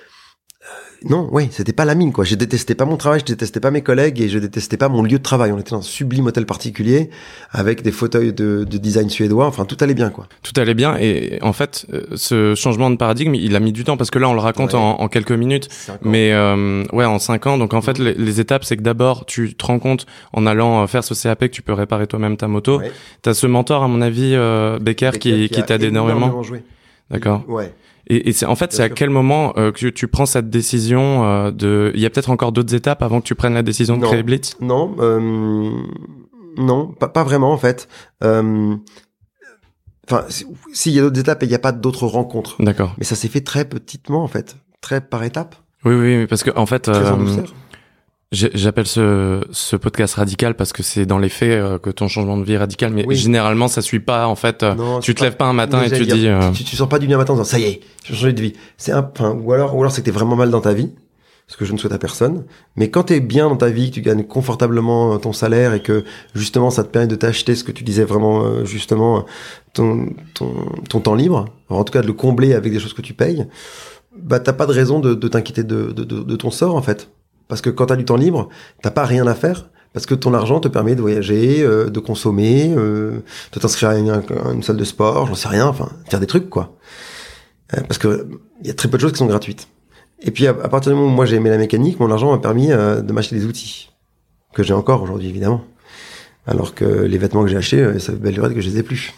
Non, ouais, c'était pas la mine, quoi. Je détestais pas mon travail, je détestais pas mes collègues et je détestais pas mon lieu de travail. On était dans un sublime hôtel particulier avec des fauteuils de design suédois. Enfin, tout allait bien, quoi. Tout allait bien. Et en fait, ce changement de paradigme, il a mis du temps parce que là, on le raconte en quelques minutes. Mais, en 5 ans. Donc, en fait, les étapes, c'est que d'abord, tu te rends compte en allant faire ce CAP que tu peux réparer toi-même ta moto. Ouais. T'as ce mentor, à mon avis, Becker qui t'aide énormément. Joué. D'accord. Ouais. Et c'est à quel moment que tu prends cette décision il y a peut-être encore d'autres étapes avant que tu prennes la décision de créer Blitz? Non, pas vraiment en fait. Enfin, s'il y a d'autres étapes et il n'y a pas d'autres rencontres. D'accord. Mais ça s'est fait très petitement, en fait. Très par étapes. Oui, parce que, en fait, Très en douceur. j'appelle ce podcast radical parce que c'est dans les faits que ton changement de vie est radical, mais généralement, ça suit pas, en fait. Non, tu te lèves pas un matin et tu dis... Tu sors pas du matin en disant, ça y est, j'ai changé de vie. Ou alors c'est que t'es vraiment mal dans ta vie. Ce que je ne souhaite à personne. Mais quand t'es bien dans ta vie, que tu gagnes confortablement ton salaire et que justement ça te permet de t'acheter ce que tu disais vraiment justement ton temps libre, en tout cas de le combler avec des choses que tu payes, bah t'as pas de raison de t'inquiéter de ton sort en fait. Parce que quand t'as du temps libre, t'as pas rien à faire. Parce que ton argent te permet de voyager, de consommer, de t'inscrire à une salle de sport, j'en sais rien, enfin faire des trucs quoi. Parce que il y a très peu de choses qui sont gratuites. Et puis à partir du moment où moi j'ai aimé la mécanique, mon argent m'a permis de m'acheter des outils que j'ai encore aujourd'hui évidemment. Alors que les vêtements que j'ai achetés, ça fait belle lurette que je les ai plus.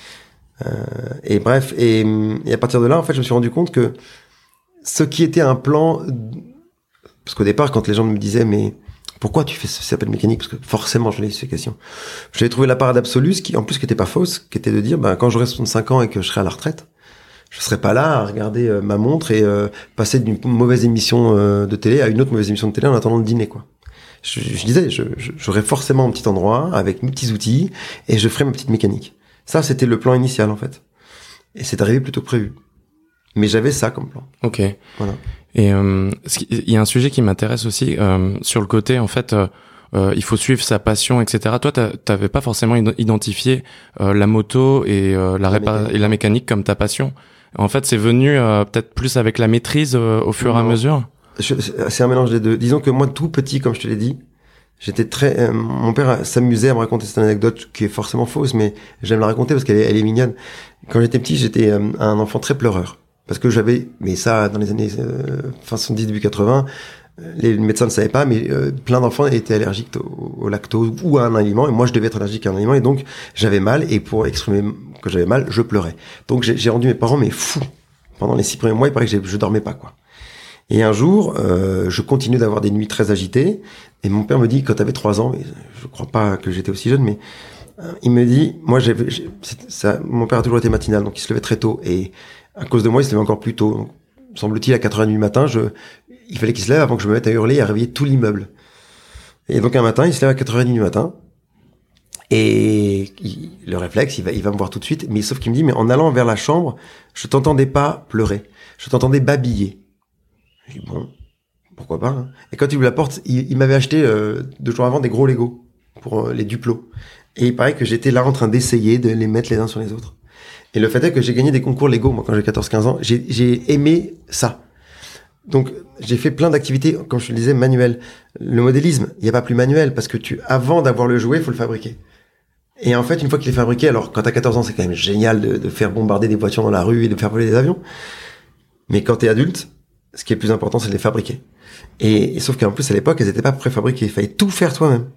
Et bref, et à partir de là, en fait, je me suis rendu compte que ce qui était un plan, parce qu'au départ, quand les gens me disaient mais pourquoi tu fais ça s'appelle mécanique, parce que forcément je l'ai eu ces questions. J'avais trouvé la parade absolue, qui en plus qui était pas fausse, qui était de dire quand j'aurai 65 ans et que je serai à la retraite, je serais pas là à regarder ma montre et passer d'une mauvaise émission de télé à une autre mauvaise émission de télé en attendant le dîner, quoi. Je disais, j'aurais forcément un petit endroit avec mes petits outils et je ferais ma petite mécanique. Ça, c'était le plan initial, en fait. Et c'est arrivé plutôt que prévu. Mais j'avais ça comme plan. Ok. Voilà. Et il y a un sujet qui m'intéresse aussi sur le côté, en fait... il faut suivre sa passion, etc. Toi, t'avais pas forcément identifié la moto et la mécanique comme ta passion. En fait, c'est venu peut-être plus avec la maîtrise au fur et à mesure. C'est un mélange des deux. Disons que moi, tout petit, comme je te l'ai dit, j'étais très... mon père s'amusait à me raconter cette anecdote qui est forcément fausse, mais j'aime la raconter parce qu'elle est mignonne. Quand j'étais petit, j'étais un enfant très pleureur. Parce que mais ça, dans les années fin 70, début 80... les médecins ne savaient pas, mais plein d'enfants étaient allergiques au lactose ou à un aliment, et moi je devais être allergique à un aliment, et donc j'avais mal, et pour exprimer que j'avais mal, je pleurais. Donc j'ai rendu mes parents mais fous. Pendant les 6 premiers mois, il paraît que je dormais pas, quoi. Et un jour, je continue d'avoir des nuits très agitées, et mon père me dit, quand t'avais 3 ans, et je crois pas que j'étais aussi jeune, mais il me dit, moi mon père a toujours été matinal, donc il se levait très tôt, et à cause de moi, il se levait encore plus tôt. Donc, semble-t-il, à 4h30 du matin, il fallait qu'il se lève avant que je me mette à hurler et à réveiller tout l'immeuble. Et donc un matin, il se lève à 4h30 du matin. Et le réflexe, il va me voir tout de suite. Mais sauf qu'il me dit, mais en allant vers la chambre, je t'entendais pas pleurer. Je t'entendais babiller. Je dis, bon, pourquoi pas, hein. Et quand il ouvre la porte, il m'avait acheté 2 jours avant des gros Lego pour les Duplos. Et il paraît que j'étais là en train d'essayer de les mettre les uns sur les autres. Et le fait est que j'ai gagné des concours Lego, moi, quand j'ai 14-15 ans. J'ai aimé ça. Donc, j'ai fait plein d'activités, comme je te le disais, manuelles. Le modélisme, il n'y a pas plus manuel, parce que avant d'avoir le jouet, il faut le fabriquer. Et en fait, une fois qu'il est fabriqué, alors, quand t'as 14 ans, c'est quand même génial de faire bombarder des voitures dans la rue et de faire voler des avions. Mais quand t'es adulte, ce qui est plus important, c'est de les fabriquer. Et sauf qu'en plus, à l'époque, elles étaient pas préfabriquées. Il fallait tout faire toi-même.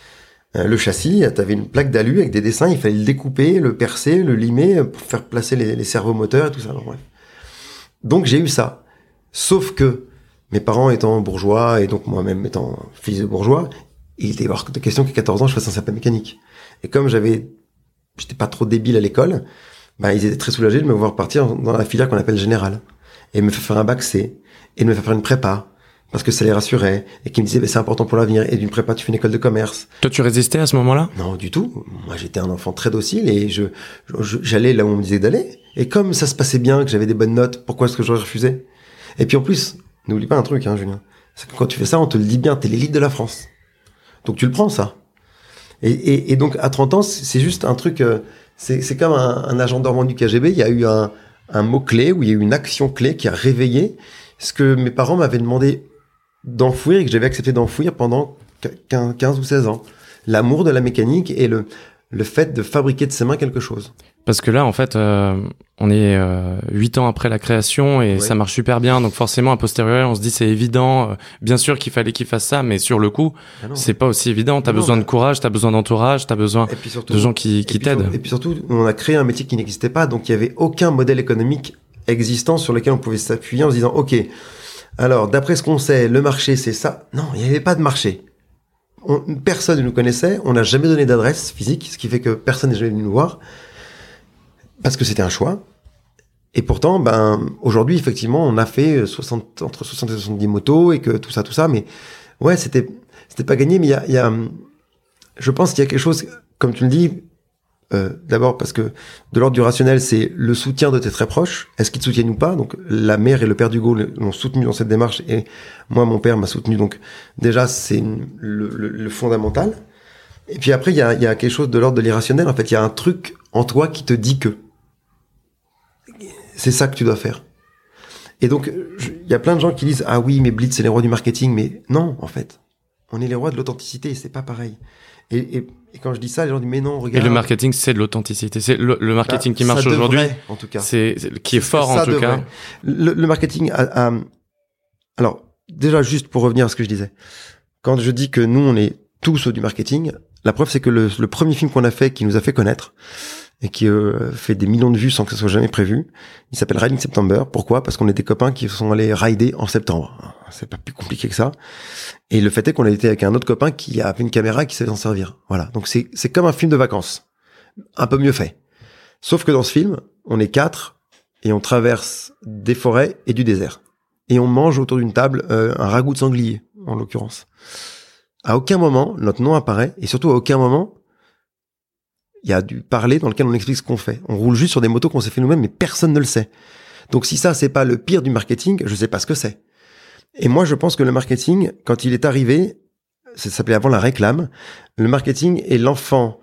Le châssis, t'avais une plaque d'alu avec des dessins, il fallait le découper, le percer, le limer, pour faire placer les servomoteurs et tout ça. Alors, bref. Donc, j'ai eu ça. Sauf que mes parents étant bourgeois et donc moi-même étant fils de bourgeois, il était hors de question qu'à 14 ans je fasse un CAP mécanique. Et comme j'étais pas trop débile à l'école, ils étaient très soulagés de me voir partir dans la filière qu'on appelle générale et me faire faire un bac C et de me faire faire une prépa parce que ça les rassurait et qu'ils me disaient c'est important pour l'avenir et d'une prépa tu fais une école de commerce. Toi tu résistais à ce moment-là ? Non du tout. Moi j'étais un enfant très docile et j'allais là où on me disait d'aller. Et comme ça se passait bien, que j'avais des bonnes notes, pourquoi est-ce que j'aurais refusé ? Et puis en plus, n'oublie pas un truc, hein, Julien. C'est que quand tu fais ça, on te le dit bien, t'es l'élite de la France. Donc tu le prends, ça. Et donc à 30 ans, c'est juste un truc, c'est comme un agent dormant du KGB, il y a eu un mot-clé, ou il y a eu une action clé qui a réveillé ce que mes parents m'avaient demandé d'enfouir et que j'avais accepté d'enfouir pendant 15 ou 16 ans. L'amour de la mécanique et le fait de fabriquer de ses mains quelque chose. Parce que là, en fait, on est 8 ans après la création et ça marche super bien. Donc forcément, a posteriori, on se dit c'est évident. Bien sûr qu'il fallait qu'il fasse ça, mais sur le coup, c'est pas aussi évident. T'as besoin de courage, t'as besoin d'entourage, t'as besoin de gens qui t'aident. Et puis surtout, on a créé un métier qui n'existait pas, donc il y avait aucun modèle économique existant sur lequel on pouvait s'appuyer en se disant, ok, alors d'après ce qu'on sait, le marché c'est ça. Non, il n'y avait pas de marché. Personne ne nous connaissait, on n'a jamais donné d'adresse physique, ce qui fait que personne n'est jamais venu nous voir. parce que c'était un choix. Et pourtant, aujourd'hui, effectivement, on a fait entre 60 et 70 motos et que tout ça, mais ouais, c'était pas gagné, mais il y a, je pense qu'il y a quelque chose, comme tu le dis, d'abord parce que de l'ordre du rationnel, c'est le soutien de tes très proches. Est-ce qu'ils te soutiennent ou pas? Donc, la mère et le père d'Hugo l'ont soutenu dans cette démarche et moi, mon père m'a soutenu. Donc, déjà, c'est le fondamental. Et puis après, il y a quelque chose de l'ordre de l'irrationnel. En fait, il y a un truc en toi qui te dit que c'est ça que tu dois faire. Et donc, il y a plein de gens qui disent « Ah oui, mais Blitz, c'est les rois du marketing. » Mais non, en fait. On est les rois de l'authenticité, c'est pas pareil. Et quand je dis ça, les gens disent « Mais non, regarde... » Et le marketing, c'est de l'authenticité. C'est le marketing qui marche aujourd'hui. En tout cas. Qui est fort, en tout cas. Le marketing Alors, déjà, juste pour revenir à ce que je disais. Quand je dis que nous, on est tous du marketing, la preuve, c'est que le premier film qu'on a fait, qui nous a fait connaître, et qui fait des millions de vues sans que ça soit jamais prévu. Il s'appelle Riding September. Pourquoi? Parce qu'on est des copains qui sont allés rider en septembre. C'est pas plus compliqué que ça. Et le fait est qu'on a été avec un autre copain qui a une caméra et qui sait s'en servir. Voilà. Donc c'est comme un film de vacances. Un peu mieux fait. Sauf que dans ce film, on est 4 et on traverse des forêts et du désert. Et on mange autour d'une table un ragoût de sanglier, en l'occurrence. À aucun moment, notre nom apparaît et surtout à aucun moment, il y a du parler dans lequel on explique ce qu'on fait. On roule juste sur des motos qu'on s'est fait nous-mêmes, mais personne ne le sait. Donc si ça, c'est pas le pire du marketing, je sais pas ce que c'est. Et moi, je pense que le marketing, quand il est arrivé, ça s'appelait avant la réclame, le marketing est l'enfant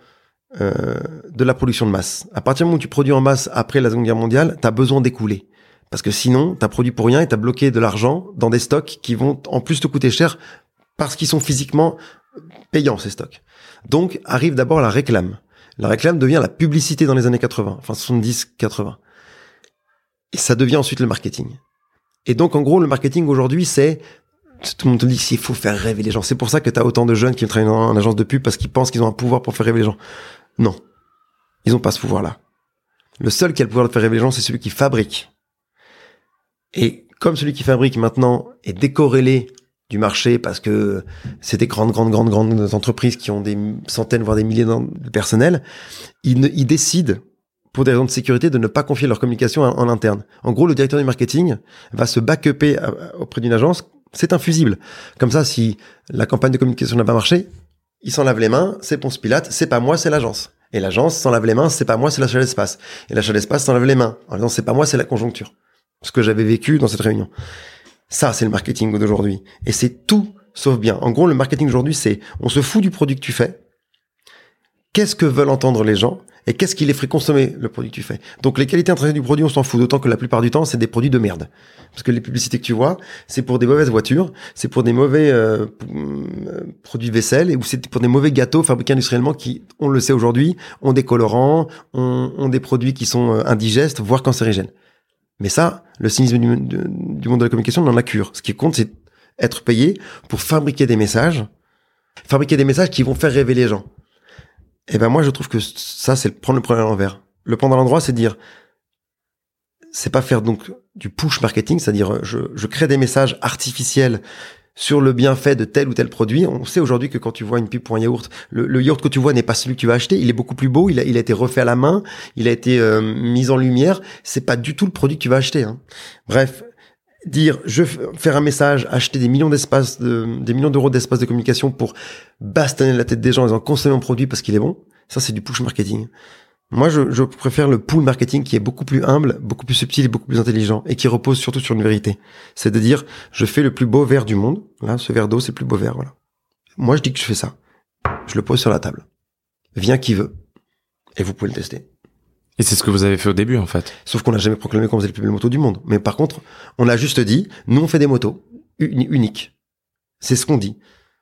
de la production de masse. À partir du moment où tu produis en masse après la Seconde Guerre mondiale, t'as besoin d'écouler. Parce que sinon, t'as produit pour rien et t'as bloqué de l'argent dans des stocks qui vont en plus te coûter cher parce qu'ils sont physiquement payants, ces stocks. Donc, arrive d'abord la réclame. La réclame devient la publicité dans les années 80, enfin 70-80. Et ça devient ensuite le marketing. Et donc, en gros, le marketing aujourd'hui, tout le monde te dit qu'il faut faire rêver les gens. C'est pour ça que tu as autant de jeunes qui travaillent en agence de pub parce qu'ils pensent qu'ils ont un pouvoir pour faire rêver les gens. Non. Ils n'ont pas ce pouvoir-là. Le seul qui a le pouvoir de faire rêver les gens, c'est celui qui fabrique. Et comme celui qui fabrique maintenant est décorrélé du marché parce que c'est des grandes entreprises qui ont des centaines voire des milliers de personnel, ils décident pour des raisons de sécurité de ne pas confier leur communication en interne. En gros, le directeur du marketing va se backuper auprès d'une agence, c'est un fusible. Comme ça, si la campagne de communication n'a pas marché, il s'en lave les mains, c'est Ponce Pilate, c'est pas moi, c'est l'agence. Et l'agence s'en lave les mains, c'est pas moi, c'est l'achat d'espace. Et l'achat d'espace s'en lave les mains en disant c'est pas moi, c'est la conjoncture. Ce que j'avais vécu dans cette réunion. Ça, c'est le marketing d'aujourd'hui. Et c'est tout sauf bien. En gros, le marketing d'aujourd'hui, c'est on se fout du produit que tu fais. Qu'est-ce que veulent entendre les gens? Et qu'est-ce qui les ferait consommer, le produit que tu fais? Donc, les qualités intrinsèques du produit, on s'en fout. D'autant que la plupart du temps, c'est des produits de merde. Parce que les publicités que tu vois, c'est pour des mauvaises voitures, c'est pour des mauvais produits vaisselle, ou c'est pour des mauvais gâteaux fabriqués industriellement qui, on le sait aujourd'hui, ont des colorants, ont des produits qui sont indigestes, voire cancérigènes. Mais ça, le cynisme du monde de la communication n'en a cure. Ce qui compte, c'est être payé pour fabriquer des messages qui vont faire rêver les gens. Et ben moi, je trouve que ça, c'est prendre le problème à l'envers. Le prendre à l'endroit, c'est dire, c'est pas faire donc du push marketing, c'est-à-dire je crée des messages artificiels sur le bienfait de tel ou tel produit. On sait aujourd'hui que quand tu vois une pub pour un yaourt, le yaourt que tu vois n'est pas celui que tu vas acheter. Il est beaucoup plus beau. Il a été refait à la main. Il a été mis en lumière. C'est pas du tout le produit que tu vas acheter. Hein. Bref, faire un message, acheter des millions d'euros d'espace de communication pour bastonner la tête des gens en disant consommez mon produit parce qu'il est bon. Ça, c'est du push marketing. Moi, je préfère le pull marketing qui est beaucoup plus humble, beaucoup plus subtil et beaucoup plus intelligent et qui repose surtout sur une vérité. C'est de dire, je fais le plus beau verre du monde. Là, ce verre d'eau, c'est le plus beau verre, voilà. Moi, je dis que je fais ça. Je le pose sur la table. Vient qui veut. Et vous pouvez le tester. Et c'est ce que vous avez fait au début, en fait. Sauf qu'on n'a jamais proclamé qu'on faisait les plus belles motos du monde. Mais par contre, on a juste dit, nous, on fait des motos uniques. C'est ce qu'on dit.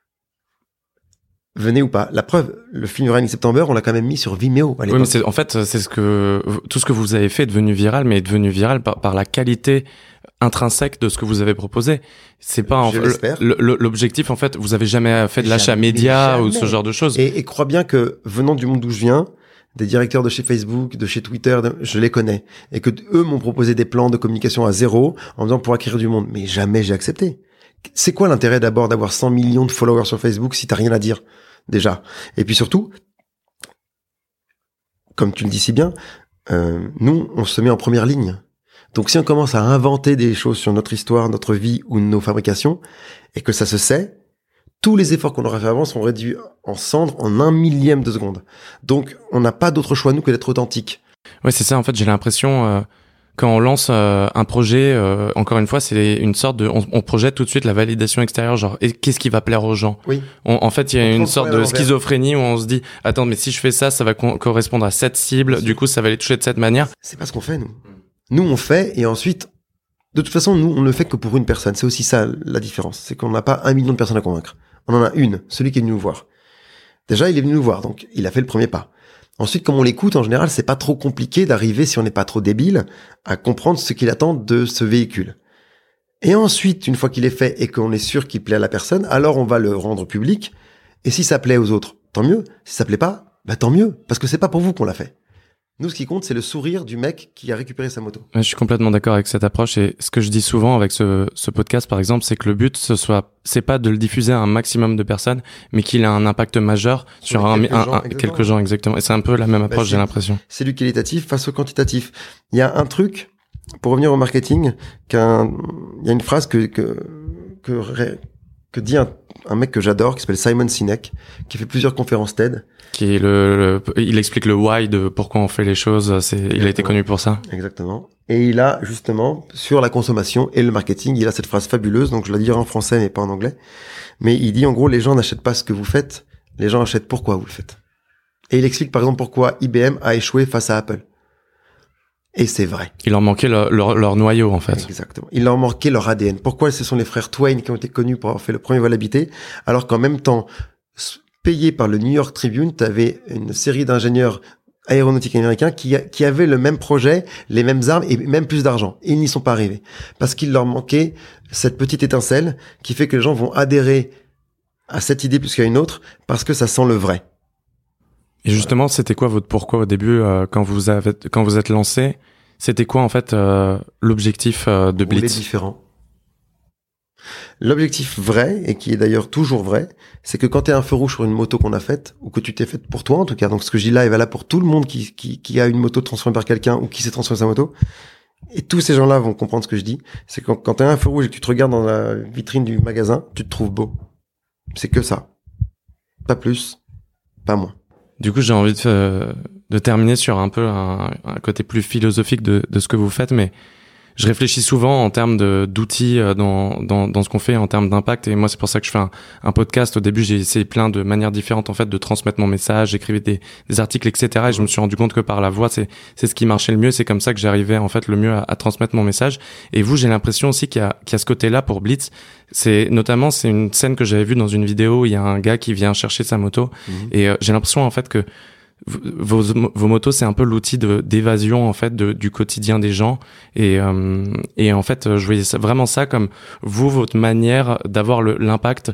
Venez ou pas. La preuve, le film Riding September, on l'a quand même mis sur Vimeo à l'époque. Oui, mais tout ce que vous avez fait est devenu viral, mais est devenu viral par la qualité intrinsèque de ce que vous avez proposé. C'est pas l'objectif, en fait, vous avez jamais fait de l'achat média ou ce genre de choses. Et crois bien que, venant du monde d'où je viens, des directeurs de chez Facebook, de chez Twitter, je les connais. Et que eux m'ont proposé des plans de communication à zéro en disant pour acquérir du monde. Mais jamais j'ai accepté. C'est quoi l'intérêt d'abord d'avoir 100 millions de followers sur Facebook si t'as rien à dire? Déjà. Et puis surtout, comme tu le dis si bien, nous, on se met en première ligne. Donc si on commence à inventer des choses sur notre histoire, notre vie ou nos fabrications, et que ça se sait, tous les efforts qu'on aura fait avant sont réduits en cendres en 1 millième de seconde. Donc on n'a pas d'autre choix, nous, que d'être authentique. Ouais, c'est ça, en fait, j'ai l'impression... Quand on lance un projet, encore une fois, c'est une sorte de... On projette tout de suite la validation extérieure, genre, et qu'est-ce qui va plaire aux gens? Oui. En fait, il y a une sorte de schizophrénie où on se dit, attends, mais si je fais ça, ça va correspondre à cette cible, du coup, ça va les toucher de cette manière. C'est pas ce qu'on fait, nous. Nous, on fait, et ensuite, de toute façon, nous, on ne fait que pour une personne. C'est aussi ça, la différence. C'est qu'on n'a pas 1 million de personnes à convaincre. On en a une, celui qui est venu nous voir. Déjà, il est venu nous voir, donc il a fait le premier pas. Ensuite, comme on l'écoute, en général, c'est pas trop compliqué d'arriver, si on n'est pas trop débile, à comprendre ce qu'il attend de ce véhicule. Et ensuite, une fois qu'il est fait et qu'on est sûr qu'il plaît à la personne, alors on va le rendre public. Et si ça plaît aux autres, tant mieux. Si ça plaît pas, bah tant mieux, parce que c'est pas pour vous qu'on l'a fait. Nous, ce qui compte, c'est le sourire du mec qui a récupéré sa moto. Je suis complètement d'accord avec cette approche, et ce que je dis souvent avec ce podcast, par exemple, c'est que le but, c'est pas de le diffuser à un maximum de personnes, mais qu'il ait un impact majeur sur quelques gens, exactement. Et c'est un peu la même approche, j'ai l'impression. C'est du qualitatif face au quantitatif. Il y a un truc, pour revenir au marketing, il y a une phrase que dit un mec que j'adore, qui s'appelle Simon Sinek, qui fait plusieurs conférences TED. Qui est il explique le why de pourquoi on fait les choses. Il a été connu pour ça. Exactement. Et il a, justement, sur la consommation et le marketing, il a cette phrase fabuleuse, donc je la dirai en français, mais pas en anglais. Mais il dit, en gros, les gens n'achètent pas ce que vous faites, les gens achètent pourquoi vous le faites. Et il explique, par exemple, pourquoi IBM a échoué face à Apple. Et c'est vrai. Il leur manquait leur noyau, en fait. Exactement. Il leur manquait leur ADN. Pourquoi ce sont les frères Twain qui ont été connus pour avoir fait le premier vol habité, alors qu'en même temps, payé par le New York Tribune, tu avais une série d'ingénieurs aéronautiques américains qui avaient le même projet, les mêmes armes et même plus d'argent. Et ils n'y sont pas arrivés. Parce qu'il leur manquait cette petite étincelle qui fait que les gens vont adhérer à cette idée plus qu'à une autre parce que ça sent le vrai. Et justement, c'était quoi votre pourquoi au début, quand vous êtes lancé? C'était quoi, en fait, l'objectif de Blitz? Les différents. L'objectif vrai, et qui est d'ailleurs toujours vrai, c'est que quand tu es un feu rouge sur une moto qu'on a faite, ou que tu t'es faite pour toi en tout cas, donc ce que je dis là est valable pour tout le monde qui a une moto transformée par quelqu'un ou qui s'est transformé sa moto, et tous ces gens-là vont comprendre ce que je dis, c'est quand tu as un feu rouge et que tu te regardes dans la vitrine du magasin, tu te trouves beau. C'est que ça. Pas plus, pas moins. Du coup, j'ai envie de terminer sur un peu un côté plus philosophique de ce que vous faites, mais je réfléchis souvent en termes d'outils dans ce qu'on fait, en termes d'impact. Et moi, c'est pour ça que je fais un podcast. Au début, j'ai essayé plein de manières différentes, en fait, de transmettre mon message. J'écrivais des articles, etc. Et je me suis rendu compte que par la voix, c'est ce qui marchait le mieux. C'est comme ça que j'arrivais, en fait, le mieux à transmettre mon message. Et vous, j'ai l'impression aussi qu'il y a ce côté-là pour Blitz. C'est une scène que j'avais vue dans une vidéo où il y a un gars qui vient chercher sa moto. Et j'ai l'impression, en fait, que vos motos, c'est un peu l'outil d'évasion, en fait, du quotidien des gens. Et en fait, je voyais vraiment ça comme votre manière d'avoir l'impact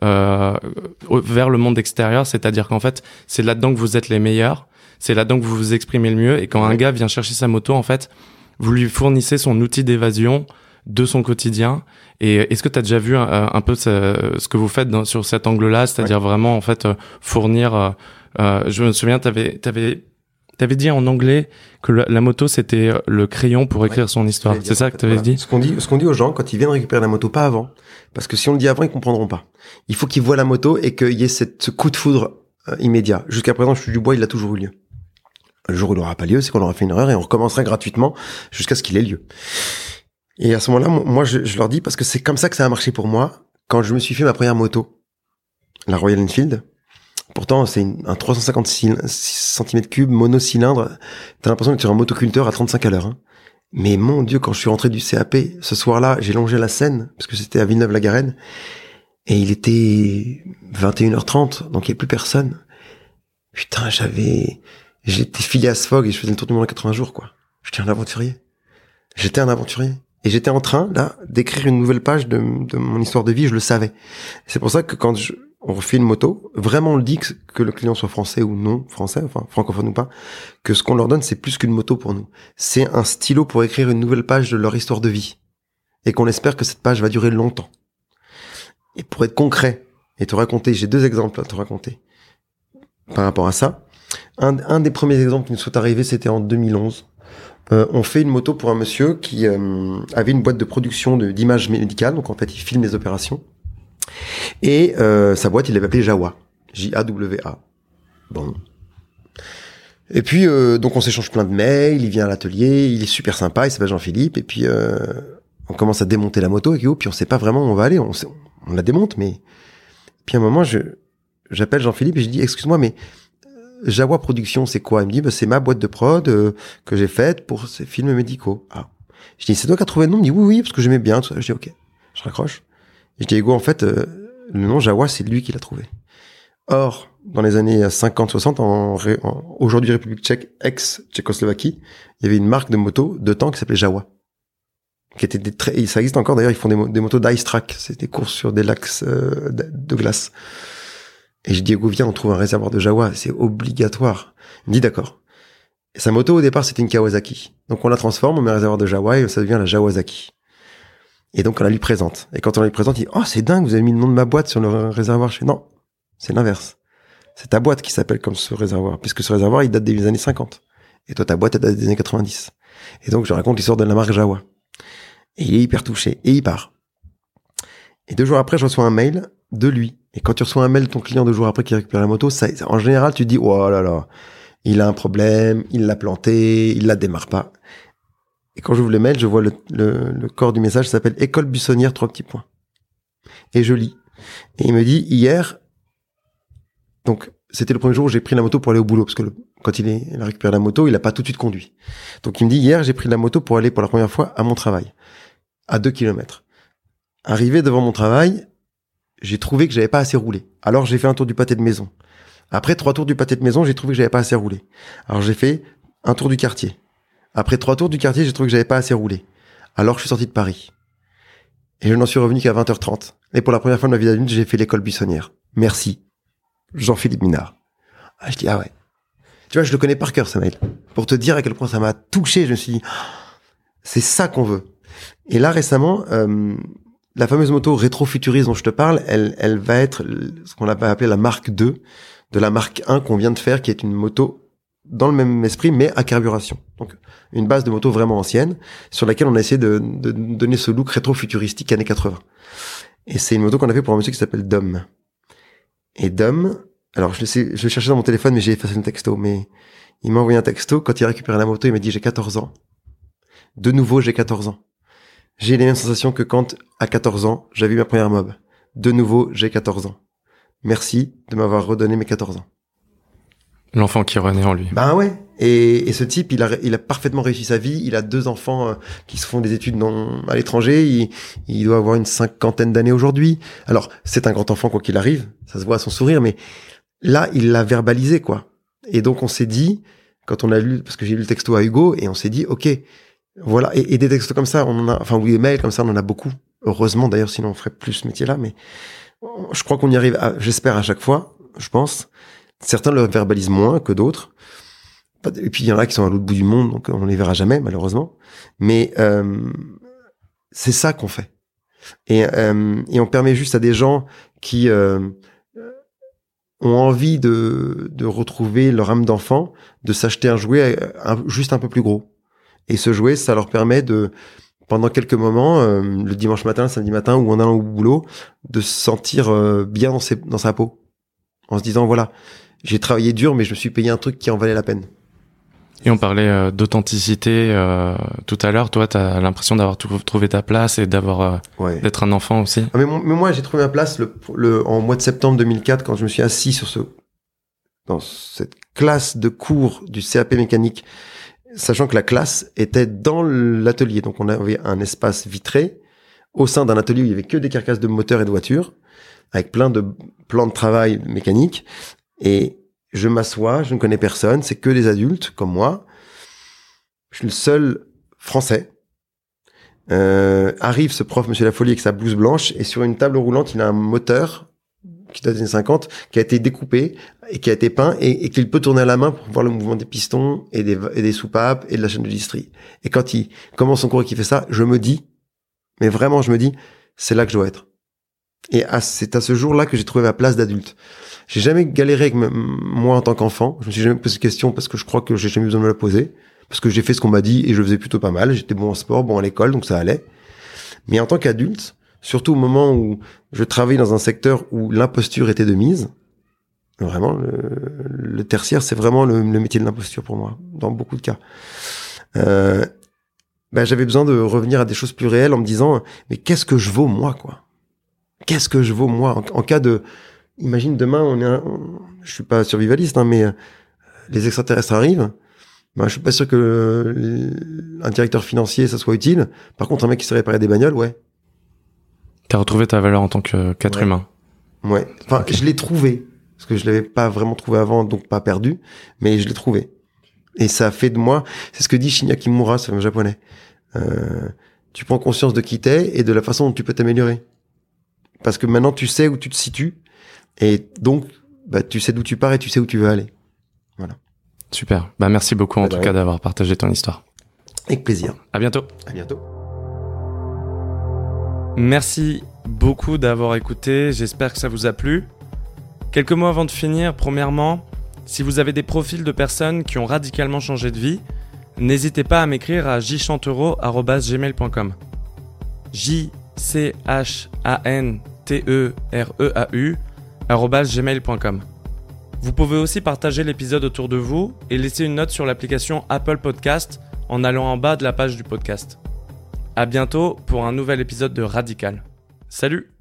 vers le monde extérieur. C'est-à-dire qu'en fait, c'est là-dedans que vous êtes les meilleurs. C'est là-dedans que vous vous exprimez le mieux. Et quand un gars vient chercher sa moto, en fait, vous lui fournissez son outil d'évasion de son quotidien. Et est-ce que tu as déjà vu un peu ce que vous faites sur cet angle-là, c'est-à-dire vraiment, en fait, fournir... je me souviens, t'avais dit en anglais que la moto, c'était le crayon pour écrire son histoire. C'est ça que t'avais dit? Ce qu'on dit aux gens quand ils viennent récupérer la moto, pas avant. Parce que si on le dit avant, ils comprendront pas. Il faut qu'ils voient la moto et qu'il y ait ce coup de foudre immédiat. Jusqu'à présent, je suis du bois, il a toujours eu lieu. Le jour où il n'aura pas lieu, c'est qu'on aura fait une erreur et on recommencera gratuitement jusqu'à ce qu'il ait lieu. Et à ce moment-là, moi, je leur dis, parce que c'est comme ça que ça a marché pour moi, quand je me suis fait ma première moto, la Royal Enfield. Pourtant, c'est un 350 cm3 monocylindre. T'as l'impression que tu es un motoculteur à 35 à l'heure. Hein. Mais mon Dieu, quand je suis rentré du CAP, ce soir-là, j'ai longé la Seine, parce que c'était à Villeneuve-la-Garenne, et il était 21h30, donc il n'y avait plus personne. Putain, j'étais filié à Sfog et je faisais le tour du monde en 80 jours, quoi. J'étais un aventurier. Et j'étais en train, là, d'écrire une nouvelle page de mon histoire de vie, je le savais. C'est pour ça que quand on refait une moto, vraiment on le dit que le client soit français ou non français, enfin francophone ou pas, que ce qu'on leur donne, c'est plus qu'une moto pour nous. C'est un stylo pour écrire une nouvelle page de leur histoire de vie. Et qu'on espère que cette page va durer longtemps. Et pour être concret, et te raconter, j'ai 2 exemples à te raconter par rapport à ça. Un des premiers exemples qui nous sont arrivés, c'était en 2011. On fait une moto pour un monsieur qui avait une boîte de production d'images médicales, donc en fait il filme les opérations. Et sa boîte, il l'avait appelée Jawa, J-A-W-A. Bon. Et puis donc on s'échange plein de mails, il vient à l'atelier, il est super sympa, il s'appelle Jean-Philippe, et puis on commence à démonter la moto, et puis on sait pas vraiment où on va aller, on la démonte, mais puis à un moment j'appelle Jean-Philippe et je dis excuse-moi, mais Jawa Production, c'est quoi? Il me dit, c'est ma boîte de prod que j'ai faite pour ces films médicaux. Ah. Je dis, c'est toi qui as trouvé le nom? Il me dit, oui, parce que j'aimais bien. Tout ça. Je dis, ok. Je raccroche. Et je dis, Hugo, en fait, le nom Jawa, c'est lui qui l'a trouvé. Or, dans les années 50-60, aujourd'hui République tchèque, ex-Tchécoslovaquie, il y avait une marque de moto de temps qui s'appelait Jawa. Qui était ça existe encore d'ailleurs, ils font des motos d'ice track. C'est des courses sur des lacs de glace. Et je dis, Hugo, viens, on trouve un réservoir de Jawa, c'est obligatoire. Il me dit, d'accord. Et sa moto, au départ, c'était une Kawasaki. Donc on la transforme, on met un réservoir de Jawa et ça devient la Jawasaki. Et donc on la lui présente. Et quand on la lui présente, il dit, oh, c'est dingue, vous avez mis le nom de ma boîte sur le réservoir. Je fais, non, c'est l'inverse. C'est ta boîte qui s'appelle comme ce réservoir, puisque ce réservoir, il date des années 50. Et toi, ta boîte, elle date des années 90. Et donc je raconte l'histoire de la marque Jawa. Et il est hyper touché. Et il part. Et 2 jours après, je reçois un mail de lui. Et quand tu reçois un mail de ton client 2 jours après qui récupère la moto, ça, en général, tu te dis, oh là là, il a un problème, il l'a planté, il la démarre pas. Et quand j'ouvre le mail, je vois le corps du message, ça s'appelle École Buissonnière, 3 petits points. Et je lis. Et il me dit, hier, donc, c'était le premier jour où j'ai pris la moto pour aller au boulot, parce que quand il a récupéré la moto, il a pas tout de suite conduit. Donc, il me dit, hier, j'ai pris la moto pour aller pour la première fois à mon travail. À 2 kilomètres. Arrivé devant mon travail, j'ai trouvé que j'avais pas assez roulé. Alors j'ai fait un tour du pâté de maison. Après 3 tours du pâté de maison, j'ai trouvé que j'avais pas assez roulé. Alors j'ai fait un tour du quartier. Après 3 tours du quartier, j'ai trouvé que j'avais pas assez roulé. Alors je suis sorti de Paris. Et je n'en suis revenu qu'à 20h30. Et pour la première fois de ma vie d'adulte, j'ai fait l'école buissonnière. Merci. Jean-Philippe Minard. Ah, je dis, ah ouais. Tu vois, je le connais par cœur, ce mail. Pour te dire à quel point ça m'a touché, je me suis dit, c'est ça qu'on veut. Et là, récemment, la fameuse moto rétrofuturiste dont je te parle, elle va être ce qu'on va appeler la marque 2 de la marque 1 qu'on vient de faire, qui est une moto dans le même esprit, mais à carburation. Donc, une base de moto vraiment ancienne, sur laquelle on a essayé de donner ce look rétro-futuristique années 80. Et c'est une moto qu'on a fait pour un monsieur qui s'appelle Dom. Et Dom, alors je cherchais dans mon téléphone, mais j'ai effacé le texto, mais il m'a envoyé un texto. Quand il a récupéré la moto, il m'a dit, j'ai 14 ans. De nouveau, j'ai 14 ans. J'ai les mêmes sensations que quand, à 14 ans, j'avais eu ma première mob. De nouveau, j'ai 14 ans. Merci de m'avoir redonné mes 14 ans. L'enfant qui renaît en lui. Ben ouais. Et ce type, il a parfaitement réussi sa vie. Il a 2 enfants qui se font des études à l'étranger. Il doit avoir une 50aine d'années aujourd'hui. Alors, c'est un grand enfant quoi qu'il arrive. Ça se voit à son sourire, mais là, il l'a verbalisé, quoi. Et donc, on s'est dit, quand on a lu, parce que j'ai lu le texto à Hugo, et on s'est dit, ok, voilà. Et des textos comme ça, ou des mails comme ça, on en a beaucoup. Heureusement, d'ailleurs, sinon on ferait plus ce métier-là, mais je crois qu'on y arrive, j'espère à chaque fois, je pense. Certains le verbalisent moins que d'autres. Et puis, il y en a qui sont à l'autre bout du monde, donc on les verra jamais, malheureusement. Mais c'est ça qu'on fait. Et on permet juste à des gens qui ont envie de retrouver leur âme d'enfant, de s'acheter un jouet juste un peu plus gros. Et ce jouet, ça leur permet pendant quelques moments, le dimanche matin, le samedi matin, ou en allant au boulot, de se sentir bien dans sa peau. En se disant, voilà, j'ai travaillé dur, mais je me suis payé un truc qui en valait la peine. Et on parlait d'authenticité tout à l'heure. Toi, t'as l'impression d'avoir trouvé ta place et d'être un enfant aussi. Ah, mais moi, j'ai trouvé ma place en mois de septembre 2004, quand je me suis assis dans cette classe de cours du CAP mécanique, sachant que la classe était dans l'atelier. Donc, on avait un espace vitré au sein d'un atelier où il y avait que des carcasses de moteurs et de voitures, avec plein de plans de travail mécaniques. Et je m'assois, je ne connais personne, c'est que des adultes comme moi. Je suis le seul français. Arrive ce prof, Monsieur Lafolie, avec sa blouse blanche, et sur une table roulante, il a un moteur qui date des années 50, qui a été découpé et qui a été peint, et qu'il peut tourner à la main pour voir le mouvement des pistons et des soupapes et de la chaîne de distri. Et quand il commence son cours et qu'il fait ça, je me dis, mais vraiment, c'est là que je dois être. Et c'est à ce jour-là que j'ai trouvé ma place d'adulte. J'ai jamais galéré avec moi en tant qu'enfant. Je me suis jamais posé de question parce que je crois que j'ai jamais besoin de me la poser. Parce que j'ai fait ce qu'on m'a dit et je faisais plutôt pas mal. J'étais bon en sport, bon à l'école, donc ça allait. Mais en tant qu'adulte, surtout au moment où je travaillais dans un secteur où l'imposture était de mise, vraiment, le tertiaire, c'est vraiment le métier de l'imposture pour moi, dans beaucoup de cas. J'avais besoin de revenir à des choses plus réelles en me disant, mais qu'est-ce que je vaux moi, quoi? Qu'est-ce que je vaux moi en cas de... Imagine demain, je suis pas survivaliste, hein, mais les extraterrestres arrivent. Je suis pas sûr que un directeur financier, ça soit utile. Par contre, un mec qui sait réparer des bagnoles, ouais. T'as retrouvé ta valeur en tant qu'être humain. Ouais. Enfin, okay. Je l'ai trouvé. Parce que je l'avais pas vraiment trouvé avant, donc pas perdu. Mais je l'ai trouvé. Et ça a fait de moi, c'est ce que dit Shinya Kimura, c'est un japonais. Tu prends conscience de qui t'es et de la façon dont tu peux t'améliorer. Parce que maintenant, tu sais où tu te situes. Et donc, tu sais d'où tu pars et tu sais où tu veux aller. Voilà. Super. Merci beaucoup en tout cas d'avoir partagé ton histoire. Avec plaisir. À bientôt. À bientôt. Merci beaucoup d'avoir écouté. J'espère que ça vous a plu. Quelques mots avant de finir. Premièrement, si vous avez des profils de personnes qui ont radicalement changé de vie, n'hésitez pas à m'écrire à jchantereau@gmail.com. jchantereau@gmail.com. Vous pouvez aussi partager l'épisode autour de vous et laisser une note sur l'application Apple Podcast en allant en bas de la page du podcast. À bientôt pour un nouvel épisode de Radical. Salut!